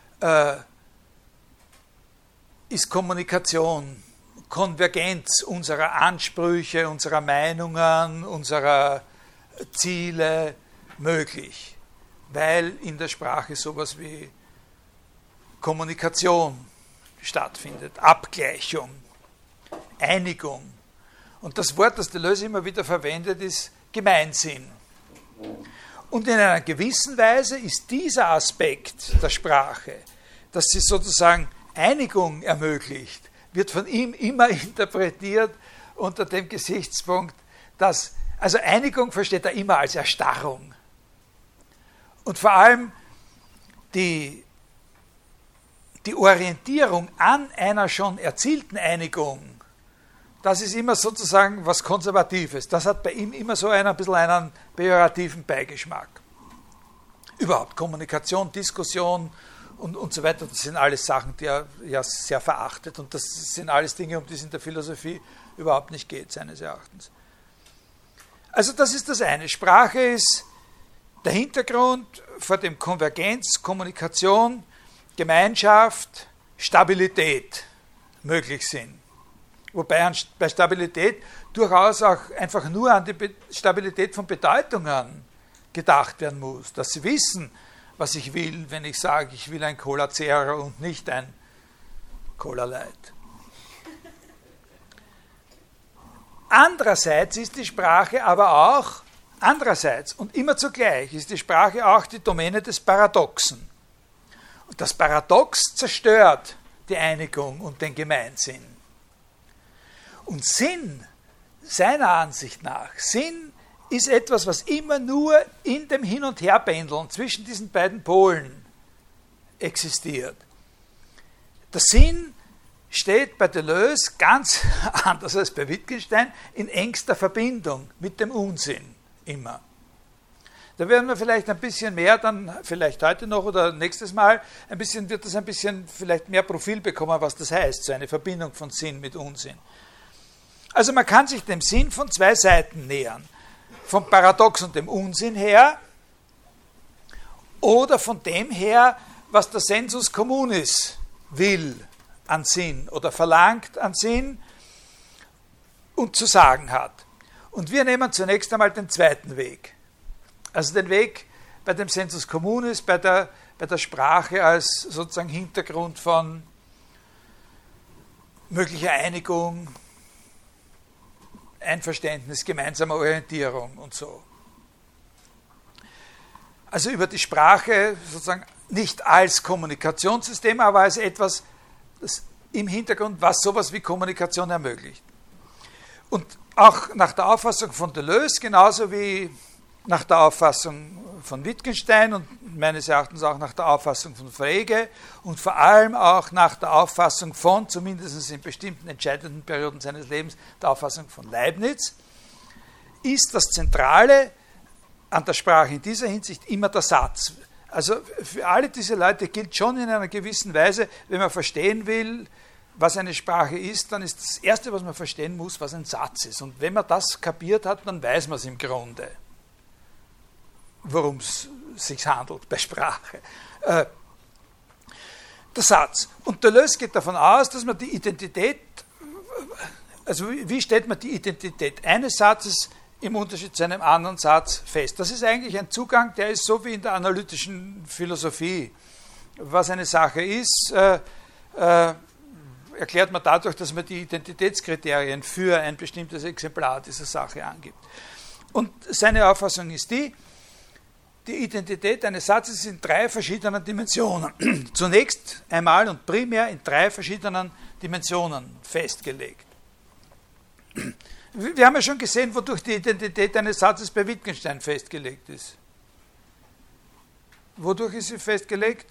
ist Kommunikation, Konvergenz unserer Ansprüche, unserer Meinungen, unserer Ziele möglich, weil in der Sprache sowas wie Kommunikation stattfindet, Abgleichung, Einigung. Und das Wort, das Deleuze immer wieder verwendet, ist Gemeinsinn. Und in einer gewissen Weise ist dieser Aspekt der Sprache, dass sie sozusagen Einigung ermöglicht, wird von ihm immer interpretiert unter dem Gesichtspunkt, dass, also Einigung versteht er immer als Erstarrung. Und vor allem die Orientierung an einer schon erzielten Einigung, das ist immer sozusagen was Konservatives. Das hat bei ihm immer so ein bisschen einen pejorativen Beigeschmack. Überhaupt Kommunikation, Diskussion und so weiter, das sind alles Sachen, die er ja sehr verachtet. Und das sind alles Dinge, um die es in der Philosophie überhaupt nicht geht, seines Erachtens. Also das ist das eine. Sprache ist der Hintergrund, vor dem Konvergenz, Kommunikation, Gemeinschaft, Stabilität möglich sind. Wobei bei Stabilität durchaus auch einfach nur an die Stabilität von Bedeutungen gedacht werden muss. Dass Sie wissen, was ich will, wenn ich sage, ich will ein Cola Zero und nicht ein Cola Light. Andererseits ist die Sprache aber auch, andererseits und immer zugleich, ist die Sprache auch die Domäne des Paradoxen. Und das Paradox zerstört die Einigung und den Gemeinsinn. Und Sinn, seiner Ansicht nach, Sinn ist etwas, was immer nur in dem Hin- und Herpendeln zwischen diesen beiden Polen existiert. Der Sinn steht bei Deleuze ganz anders als bei Wittgenstein in engster Verbindung mit dem Unsinn immer. Da werden wir vielleicht ein bisschen mehr, dann vielleicht heute noch oder nächstes Mal, wird das ein bisschen vielleicht mehr Profil bekommen, was das heißt, so eine Verbindung von Sinn mit Unsinn. Also man kann sich dem Sinn von zwei Seiten nähern. Vom Paradox und dem Unsinn her oder von dem her, was der Sensus communis will an Sinn oder verlangt an Sinn und zu sagen hat. Und wir nehmen zunächst einmal den zweiten Weg. Also den Weg bei dem Sensus communis, bei der Sprache als sozusagen Hintergrund von möglicher Einigung, Einverständnis, gemeinsamer Orientierung und so. Also über die Sprache sozusagen nicht als Kommunikationssystem, aber als etwas, das im Hintergrund, was sowas wie Kommunikation ermöglicht. Und auch nach der Auffassung von Deleuze, genauso wie nach der Auffassung von Wittgenstein und meines Erachtens auch nach der Auffassung von Frege und vor allem auch nach der Auffassung von, zumindest in bestimmten entscheidenden Perioden seines Lebens, der Auffassung von Leibniz, ist das Zentrale an der Sprache in dieser Hinsicht immer der Satz. Also für alle diese Leute gilt schon in einer gewissen Weise, wenn man verstehen will, was eine Sprache ist, dann ist das Erste, was man verstehen muss, was ein Satz ist. Und wenn man das kapiert hat, dann weiß man es im Grunde, worum es sich handelt bei Sprache. Der Satz. Und Deleuze geht davon aus, dass man die Identität, also wie stellt man die Identität eines Satzes im Unterschied zu einem anderen Satz fest? Das ist eigentlich ein Zugang, der ist so wie in der analytischen Philosophie. Was eine Sache ist, erklärt man dadurch, dass man die Identitätskriterien für ein bestimmtes Exemplar dieser Sache angibt. Und seine Auffassung ist die Identität eines Satzes in drei verschiedenen Dimensionen. Zunächst einmal und primär in drei verschiedenen Dimensionen festgelegt. Wir haben ja schon gesehen, wodurch die Identität eines Satzes bei Wittgenstein festgelegt ist. Wodurch ist sie festgelegt?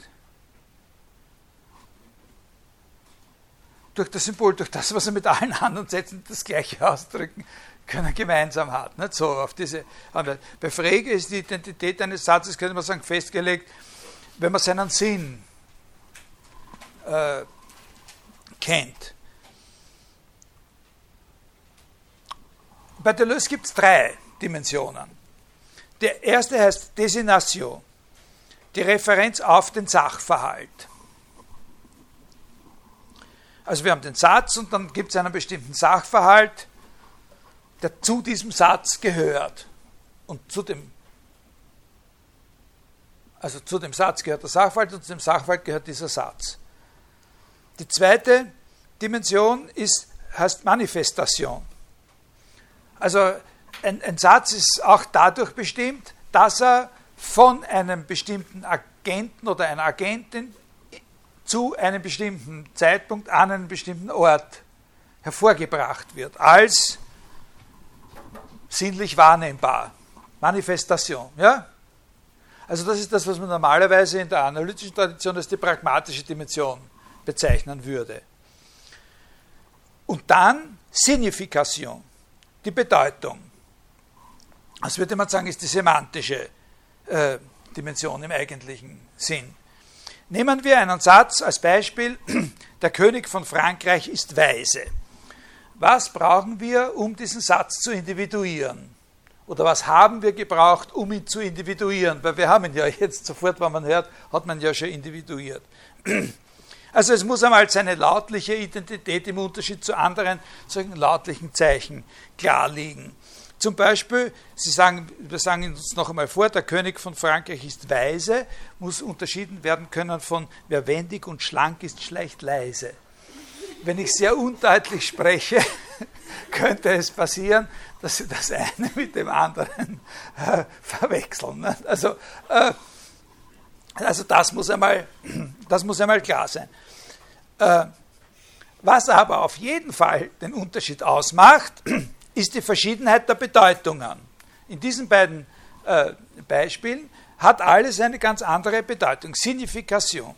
Durch das Symbol, durch das, was er mit allen anderen Sätzen das Gleiche ausdrücken können, gemeinsam hat. Nicht so auf diese Art. Bei Frege ist die Identität eines Satzes, könnte man sagen, festgelegt, wenn man seinen Sinn kennt. Bei Deleuze gibt es 3 Dimensionen. Der erste heißt Designation, die Referenz auf den Sachverhalt. Also wir haben den Satz und dann gibt es einen bestimmten Sachverhalt, der zu diesem Satz gehört. Und zu dem Satz gehört der Sachverhalt und zu dem Sachverhalt gehört dieser Satz. Die zweite Dimension heißt Manifestation. Also ein Satz ist auch dadurch bestimmt, dass er von einem bestimmten Agenten oder einer Agentin zu einem bestimmten Zeitpunkt an einem bestimmten Ort hervorgebracht wird, als sinnlich wahrnehmbar. Manifestation. Ja? Also das ist das, was man normalerweise in der analytischen Tradition als die pragmatische Dimension bezeichnen würde. Und dann Signifikation, die Bedeutung. Das würde man sagen, ist die semantische Dimension im eigentlichen Sinn. Nehmen wir einen Satz als Beispiel, der König von Frankreich ist weise. Was brauchen wir, um diesen Satz zu individuieren? Oder was haben wir gebraucht, um ihn zu individuieren? Weil wir haben ihn ja jetzt sofort, wenn man hört, hat man ja schon individuiert. Also es muss einmal seine lautliche Identität im Unterschied zu anderen solchen lautlichen Zeichen klar liegen. Zum Beispiel, wir sagen uns noch einmal vor, der König von Frankreich ist weise, muss unterschieden werden können von wer wendig und schlank ist, schleicht leise. Wenn ich sehr undeutlich spreche, könnte es passieren, dass Sie das eine mit dem anderen verwechseln. Ne? Also das muss einmal klar sein. Was aber auf jeden Fall den Unterschied ausmacht, ist die Verschiedenheit der Bedeutungen. In diesen beiden Beispielen hat alles eine ganz andere Bedeutung. Signifikation.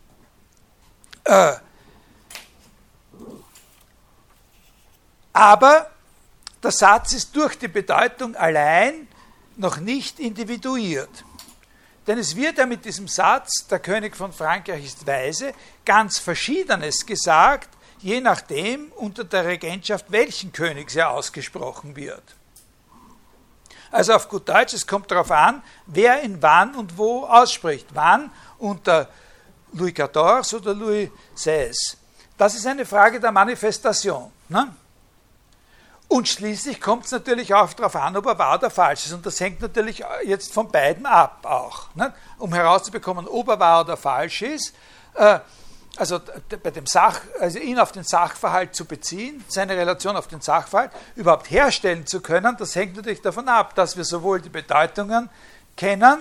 Aber der Satz ist durch die Bedeutung allein noch nicht individuiert. Denn es wird ja mit diesem Satz, der König von Frankreich ist weise, ganz Verschiedenes gesagt, je nachdem unter der Regentschaft welchen Königs er ausgesprochen wird. Also auf gut Deutsch, es kommt darauf an, wer in wann und wo ausspricht. Wann unter Louis XIV oder Louis XVI. Das ist eine Frage der Manifestation. Ne? Und schließlich kommt es natürlich auch darauf an, ob er wahr oder falsch ist. Und das hängt natürlich jetzt von beiden ab auch. Ne? Um herauszubekommen, ob er wahr oder falsch ist, also ihn auf den Sachverhalt zu beziehen, seine Relation auf den Sachverhalt überhaupt herstellen zu können, das hängt natürlich davon ab, dass wir sowohl die Bedeutungen kennen,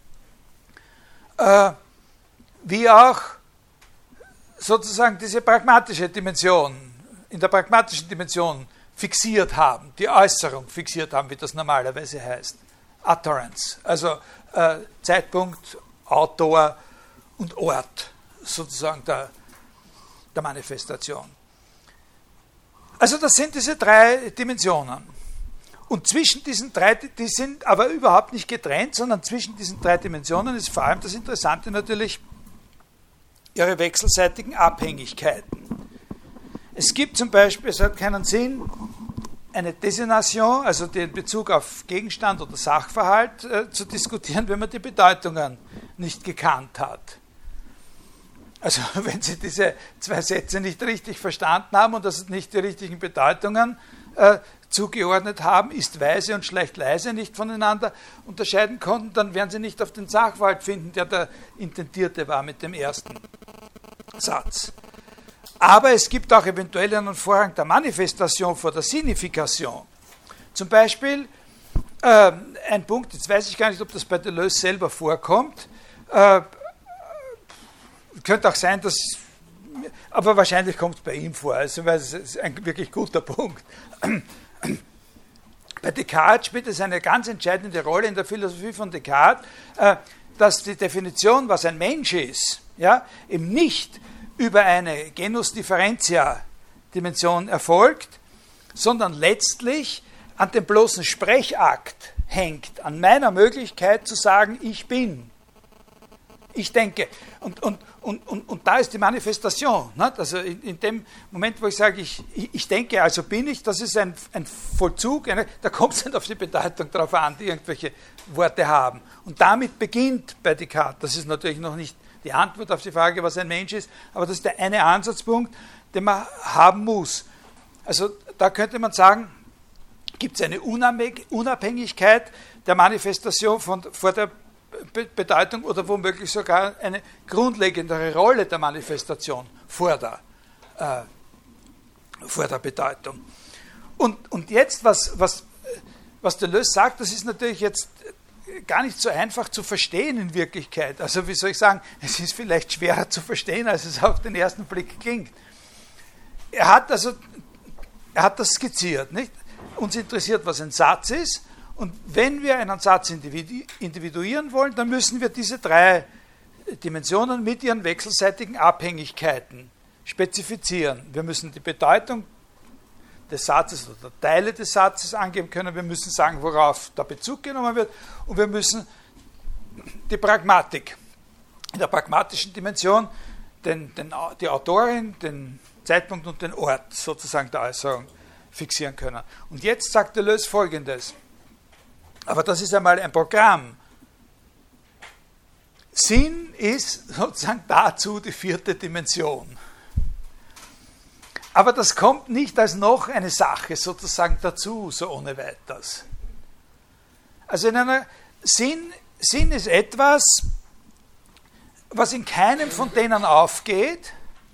wie auch sozusagen diese pragmatische Dimension, in der pragmatischen Dimension fixiert haben, die Äußerung fixiert haben, wie das normalerweise heißt. Utterance, also Zeitpunkt, Autor und Ort sozusagen der Manifestation. Also das sind diese 3 Dimensionen. Und zwischen diesen 3, die sind aber überhaupt nicht getrennt, sondern zwischen diesen 3 Dimensionen ist vor allem das Interessante natürlich ihre wechselseitigen Abhängigkeiten. Es gibt zum Beispiel, es hat keinen Sinn, eine Designation, also den Bezug auf Gegenstand oder Sachverhalt zu diskutieren, wenn man die Bedeutungen nicht gekannt hat. Also wenn Sie diese 2 Sätze nicht richtig verstanden haben und das nicht die richtigen Bedeutungen zugeordnet haben, ist weise und schlecht leise nicht voneinander unterscheiden konnten, dann werden Sie nicht auf den Sachverhalt finden, der intentierte war mit dem ersten Satz. Aber es gibt auch eventuell einen Vorrang der Manifestation vor der Signifikation. Zum Beispiel ein Punkt, jetzt weiß ich gar nicht, ob das bei Deleuze selber vorkommt, könnte auch sein, aber wahrscheinlich kommt es bei ihm vor, also, weil es ist ein wirklich guter Punkt. Bei Descartes spielt es eine ganz entscheidende Rolle in der Philosophie von Descartes, dass die Definition, was ein Mensch ist, ja, eben nicht über eine Genus Differentia Dimension erfolgt, sondern letztlich an dem bloßen Sprechakt hängt, an meiner Möglichkeit zu sagen, ich bin. Ich denke. Und da ist die Manifestation. Nicht? Also in dem Moment, wo ich sage, ich denke, also bin ich, das ist ein Vollzug, da kommt es nicht auf die Bedeutung drauf an, die irgendwelche Worte haben. Und damit beginnt bei Descartes, das ist natürlich noch nicht die Antwort auf die Frage, was ein Mensch ist, aber das ist der eine Ansatzpunkt, den man haben muss. Also da könnte man sagen, gibt es eine Unabhängigkeit der Manifestation vor der Bedeutung oder womöglich sogar eine grundlegendere Rolle der Manifestation vor der Bedeutung. Und jetzt, was Deleuze sagt, das ist natürlich jetzt gar nicht so einfach zu verstehen in Wirklichkeit. Also wie soll ich sagen, es ist vielleicht schwerer zu verstehen, als es auf den ersten Blick klingt. Er hat das skizziert, nicht? Uns interessiert, was ein Satz ist. Und wenn wir einen Satz individuieren wollen, dann müssen wir diese drei Dimensionen mit ihren wechselseitigen Abhängigkeiten spezifizieren. Wir müssen die Bedeutung des Satzes oder Teile des Satzes angeben können. Wir müssen sagen, worauf der Bezug genommen wird. Und wir müssen die Pragmatik, in der pragmatischen Dimension, die Autorin, den Zeitpunkt und den Ort sozusagen der Äußerung fixieren können. Und jetzt sagt Deleuze Folgendes. Aber das ist einmal ein Programm. Sinn ist sozusagen dazu die vierte Dimension. Aber das kommt nicht als noch eine Sache sozusagen dazu, so ohne weiteres. Also Sinn ist etwas, was in keinem von denen aufgeht,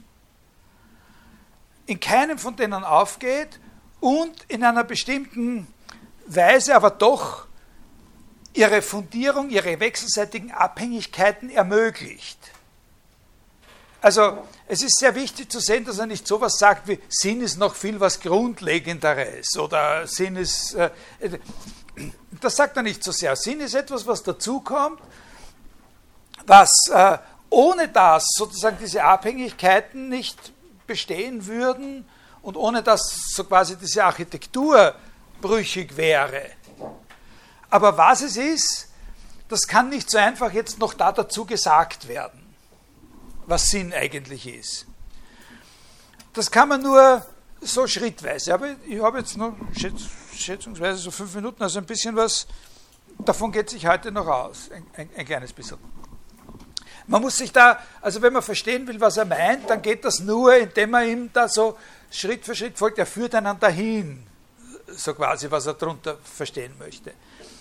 und in einer bestimmten Weise aber doch ihre Fundierung, ihre wechselseitigen Abhängigkeiten ermöglicht. Also es ist sehr wichtig zu sehen, dass er nicht sowas sagt wie Sinn ist noch viel was Grundlegenderes oder Sinn ist, das sagt er nicht so sehr. Sinn ist etwas, was dazukommt, was ohne das sozusagen diese Abhängigkeiten nicht bestehen würden und ohne dass so quasi diese Architektur brüchig wäre. Aber was es ist, das kann nicht so einfach jetzt noch dazu gesagt werden, was Sinn eigentlich ist. Das kann man nur so schrittweise. Aber ich habe jetzt noch schätzungsweise so 5 Minuten, also ein bisschen was, davon geht sich heute noch aus, ein kleines bisschen. Man muss sich da, also wenn man verstehen will, was er meint, dann geht das nur, indem man ihm da so Schritt für Schritt folgt, er führt einen dahin, so quasi, was er darunter verstehen möchte.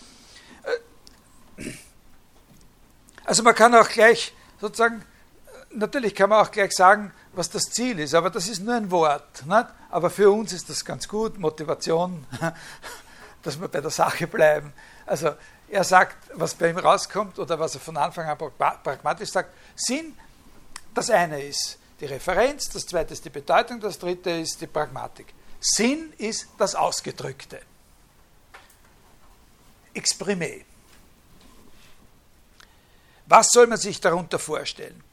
Also man kann auch gleich sozusagen, natürlich kann man auch gleich sagen, was das Ziel ist, aber das ist nur ein Wort. Nicht? Aber für uns ist das ganz gut, Motivation, dass wir bei der Sache bleiben. Also er sagt, was bei ihm rauskommt oder was er von Anfang an pragmatisch sagt, Sinn, das eine ist die Referenz, das zweite ist die Bedeutung, das dritte ist die Pragmatik. Sinn ist das Ausgedrückte. Exprimé. Was soll man sich darunter vorstellen?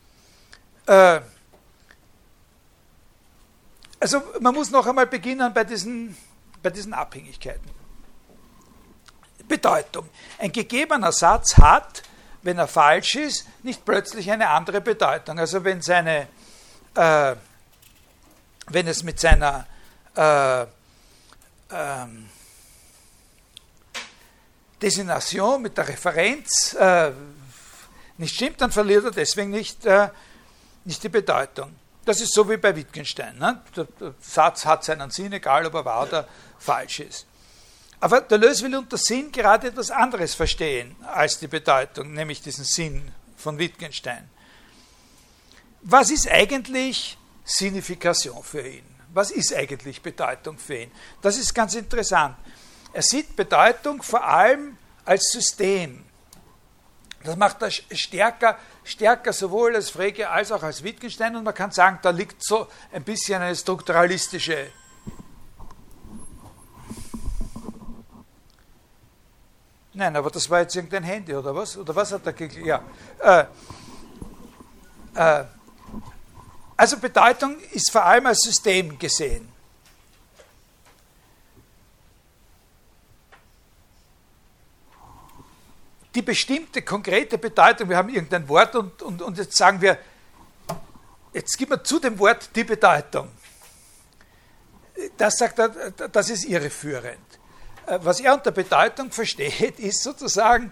Also man muss noch einmal beginnen bei diesen Abhängigkeiten. Bedeutung. Ein gegebener Satz hat, wenn er falsch ist, nicht plötzlich eine andere Bedeutung. Also wenn es mit seiner Designation, mit der Referenz nicht stimmt, dann verliert er deswegen nicht die Bedeutung. Das ist so wie bei Wittgenstein. Ne? Der Satz hat seinen Sinn, egal ob er wahr oder falsch ist. Aber Deleuze will unter Sinn gerade etwas anderes verstehen als die Bedeutung, nämlich diesen Sinn von Wittgenstein. Was ist eigentlich Signifikation für ihn? Was ist eigentlich Bedeutung für ihn? Das ist ganz interessant. Er sieht Bedeutung vor allem als System. Das macht er stärker sowohl als Frege als auch als Wittgenstein, und man kann sagen, da liegt so ein bisschen eine strukturalistische Nein, aber das war jetzt irgendein Handy, oder was? Oder was hat er geklingelt? Ja. Also Bedeutung ist vor allem als System gesehen. Die bestimmte, konkrete Bedeutung, wir haben irgendein Wort und jetzt sagen wir, jetzt gib mir zu dem Wort die Bedeutung. Das sagt er, das ist irreführend. Was er unter Bedeutung versteht, ist sozusagen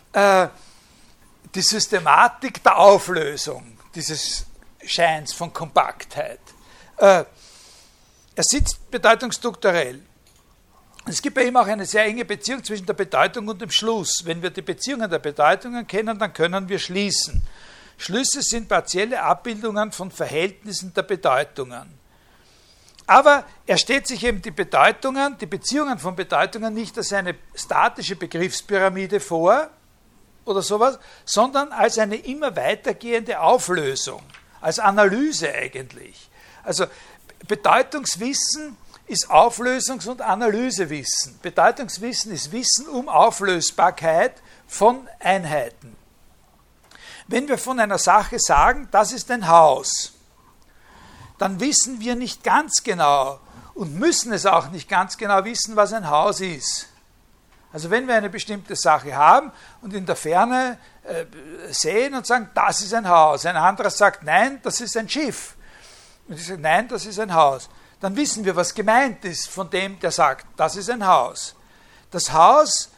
die Systematik der Auflösung dieses Scheins von Kompaktheit. Er sitzt bedeutungsstrukturell. Es gibt bei ihm auch eine sehr enge Beziehung zwischen der Bedeutung und dem Schluss. Wenn wir die Beziehungen der Bedeutungen kennen, dann können wir schließen. Schlüsse sind partielle Abbildungen von Verhältnissen der Bedeutungen. Aber er stellt sich eben die Beziehungen von Bedeutungen nicht als eine statische Begriffspyramide vor oder sowas, sondern als eine immer weitergehende Auflösung, als Analyse eigentlich. Also Bedeutungswissen ist Auflösungs- und Analysewissen. Bedeutungswissen ist Wissen um Auflösbarkeit von Einheiten. Wenn wir von einer Sache sagen, das ist ein Haus, dann wissen wir nicht ganz genau und müssen es auch nicht ganz genau wissen, was ein Haus ist. Also wenn wir eine bestimmte Sache haben und in der Ferne sehen und sagen, das ist ein Haus, ein anderer sagt, nein, das ist ein Schiff. Und ich sage, nein, das ist ein Haus. Dann wissen wir, was gemeint ist von dem, der sagt, das ist ein Haus. Das Haus,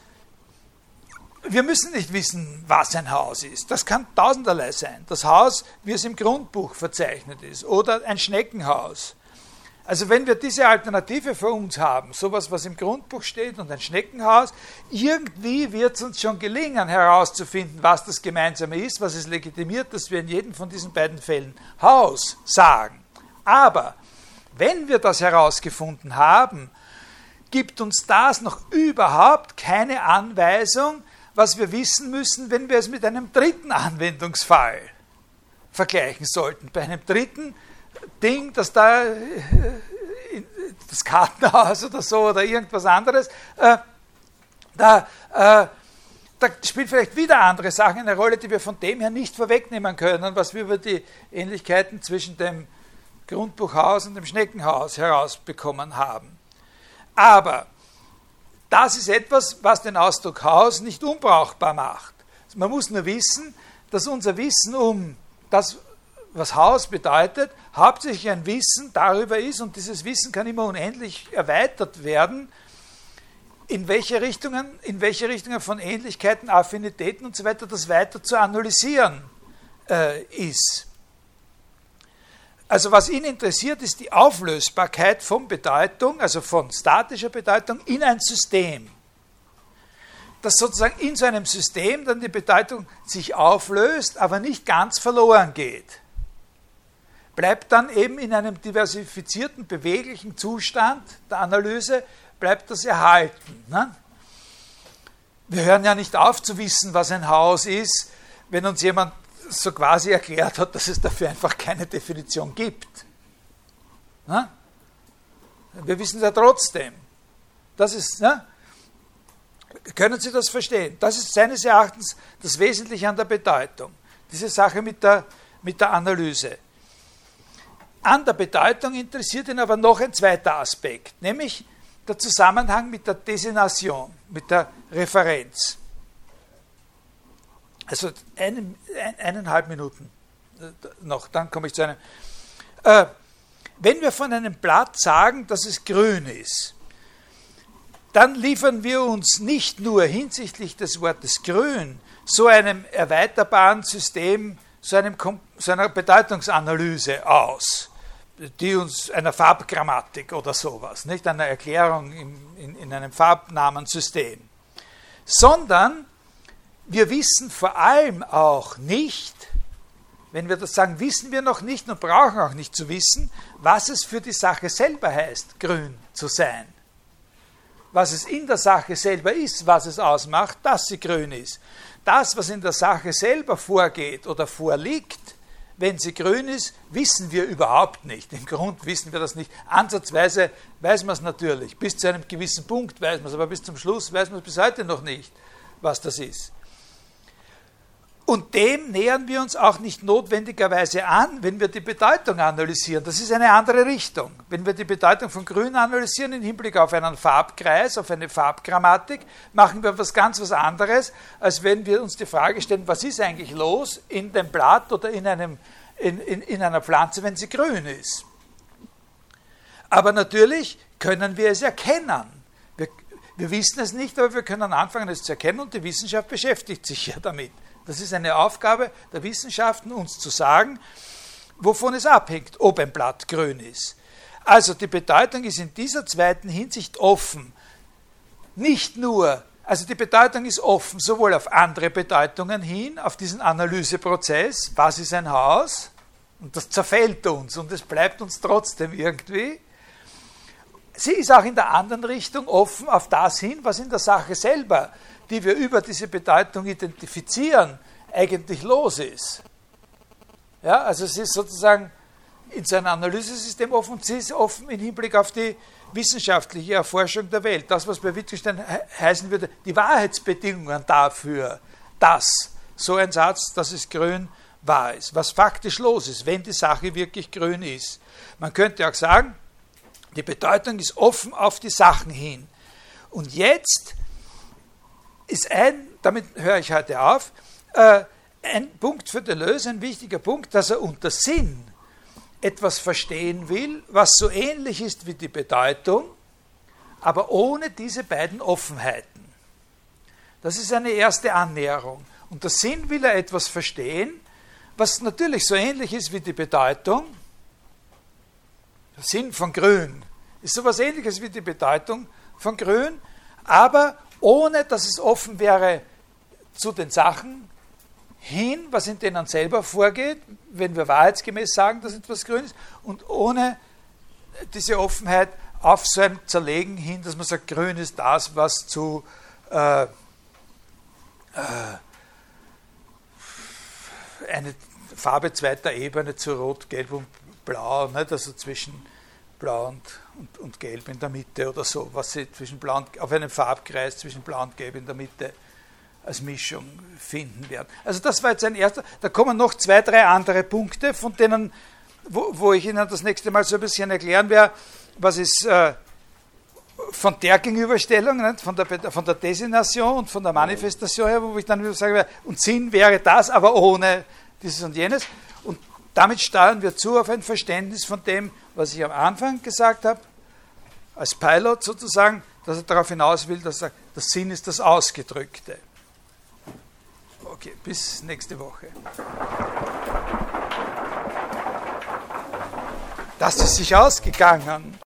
wir müssen nicht wissen, was ein Haus ist. Das kann tausenderlei sein. Das Haus, wie es im Grundbuch verzeichnet ist, oder ein Schneckenhaus. Also wenn wir diese Alternative für uns haben, sowas, was im Grundbuch steht und ein Schneckenhaus, irgendwie wird es uns schon gelingen, herauszufinden, was das Gemeinsame ist, was es legitimiert, dass wir in jedem von diesen beiden Fällen Haus sagen. Aber wenn wir das herausgefunden haben, gibt uns das noch überhaupt keine Anweisung, was wir wissen müssen, wenn wir es mit einem dritten Anwendungsfall vergleichen sollten. Bei einem dritten Ding, das da, das Kartenhaus oder so oder irgendwas anderes, da spielen vielleicht wieder andere Sachen eine Rolle, die wir von dem her nicht vorwegnehmen können, was wir über die Ähnlichkeiten zwischen dem Grundbuchhaus und dem Schneckenhaus herausbekommen haben. Aber das ist etwas, was den Ausdruck Haus nicht unbrauchbar macht. Man muss nur wissen, dass unser Wissen um das, was Haus bedeutet, hauptsächlich ein Wissen darüber ist, und dieses Wissen kann immer unendlich erweitert werden, in welche Richtungen von Ähnlichkeiten, Affinitäten und so weiter das weiter zu analysieren ist. Also was ihn interessiert, ist die Auflösbarkeit von Bedeutung, also von statischer Bedeutung, in ein System. Dass sozusagen in so einem System dann die Bedeutung sich auflöst, aber nicht ganz verloren geht. Bleibt dann eben in einem diversifizierten, beweglichen Zustand der Analyse, bleibt das erhalten. Ne? Wir hören ja nicht auf zu wissen, was ein Haus ist, wenn uns jemand so quasi erklärt hat, dass es dafür einfach keine Definition gibt. Na? Wir wissen es ja trotzdem. Das ist, ne? Können Sie das verstehen? Das ist seines Erachtens das Wesentliche an der Bedeutung. Diese Sache mit der Analyse. An der Bedeutung interessiert ihn aber noch ein zweiter Aspekt, nämlich der Zusammenhang mit der Designation, mit der Referenz. Also 1,5 Minuten noch, dann komme ich zu einem. Wenn wir von einem Blatt sagen, dass es grün ist, dann liefern wir uns nicht nur hinsichtlich des Wortes grün so einem erweiterbaren System, so einer Bedeutungsanalyse aus, die uns einer Farbgrammatik oder sowas, nicht einer Erklärung in einem Farbnamensystem, sondern wir wissen vor allem auch nicht, wenn wir das sagen, wissen wir noch nicht und brauchen auch nicht zu wissen, was es für die Sache selber heißt, grün zu sein. Was es in der Sache selber ist, was es ausmacht, dass sie grün ist. Das, was in der Sache selber vorgeht oder vorliegt, wenn sie grün ist, wissen wir überhaupt nicht. Im Grund wissen wir das nicht. Ansatzweise weiß man es natürlich. Bis zu einem gewissen Punkt weiß man es, aber bis zum Schluss weiß man es bis heute noch nicht. was das ist. Und dem nähern wir uns auch nicht notwendigerweise an, wenn wir die Bedeutung analysieren. Das ist eine andere Richtung. Wenn wir die Bedeutung von Grün analysieren im Hinblick auf einen Farbkreis, auf eine Farbgrammatik, machen wir was anderes, als wenn wir uns die Frage stellen, was ist eigentlich los in dem Blatt oder in einer Pflanze, wenn sie grün ist. Aber natürlich können wir es erkennen. Wir wissen es nicht, aber wir können anfangen, es zu erkennen, und die Wissenschaft beschäftigt sich ja damit. Das ist eine Aufgabe der Wissenschaften, uns zu sagen, wovon es abhängt, ob ein Blatt grün ist. Also die Bedeutung ist in dieser zweiten Hinsicht offen. Nicht nur, also die Bedeutung ist offen, sowohl auf andere Bedeutungen hin, auf diesen Analyseprozess, was ist ein Haus, und das zerfällt uns und es bleibt uns trotzdem irgendwie. Sie ist auch in der anderen Richtung offen auf das hin, was in der Sache selber, die wir über diese Bedeutung identifizieren, eigentlich los ist. Ja, also sie ist sozusagen in so einem Analysesystem offen, und sie ist offen im Hinblick auf die wissenschaftliche Erforschung der Welt. Das, was bei Wittgenstein heißen würde, die Wahrheitsbedingungen dafür, dass so ein Satz, dass es grün wahr ist, was faktisch los ist, wenn die Sache wirklich grün ist. Man könnte auch sagen, die Bedeutung ist offen auf die Sachen hin. Und jetzt ist damit höre ich heute auf, ein Punkt für Deleuze, ein wichtiger Punkt, dass er unter Sinn etwas verstehen will, was so ähnlich ist wie die Bedeutung, aber ohne diese beiden Offenheiten. Das ist eine erste Annäherung. Unter Sinn will er etwas verstehen, was natürlich so ähnlich ist wie die Bedeutung. Der Sinn von Grün ist so etwas Ähnliches wie die Bedeutung von Grün, aber ohne dass es offen wäre zu den Sachen hin, was in denen selber vorgeht, wenn wir wahrheitsgemäß sagen, dass etwas grün ist, und ohne diese Offenheit auf so ein Zerlegen hin, dass man sagt, grün ist das, was zu eine Farbe zweiter Ebene zu Rot, Gelb und Blau, nicht? Also zwischen Blau und Gelb in der Mitte oder so, was Sie zwischen Blau und, auf einem Farbkreis zwischen Blau und Gelb in der Mitte als Mischung finden werden. Also das war jetzt ein erster, da kommen noch 2, 3 andere Punkte, von denen, wo ich Ihnen das nächste Mal so ein bisschen erklären werde, was ist von der Gegenüberstellung, nicht? Von der Designation und von der Manifestation her, wo ich dann wieder sage, und Sinn wäre das, aber ohne dieses und jenes. Und damit steuern wir zu auf ein Verständnis von dem, was ich am Anfang gesagt habe, als Pilot sozusagen, dass er darauf hinaus will, dass er, das Sinn ist das Ausgedrückte. Okay, bis nächste Woche. Das ist sich ausgegangen.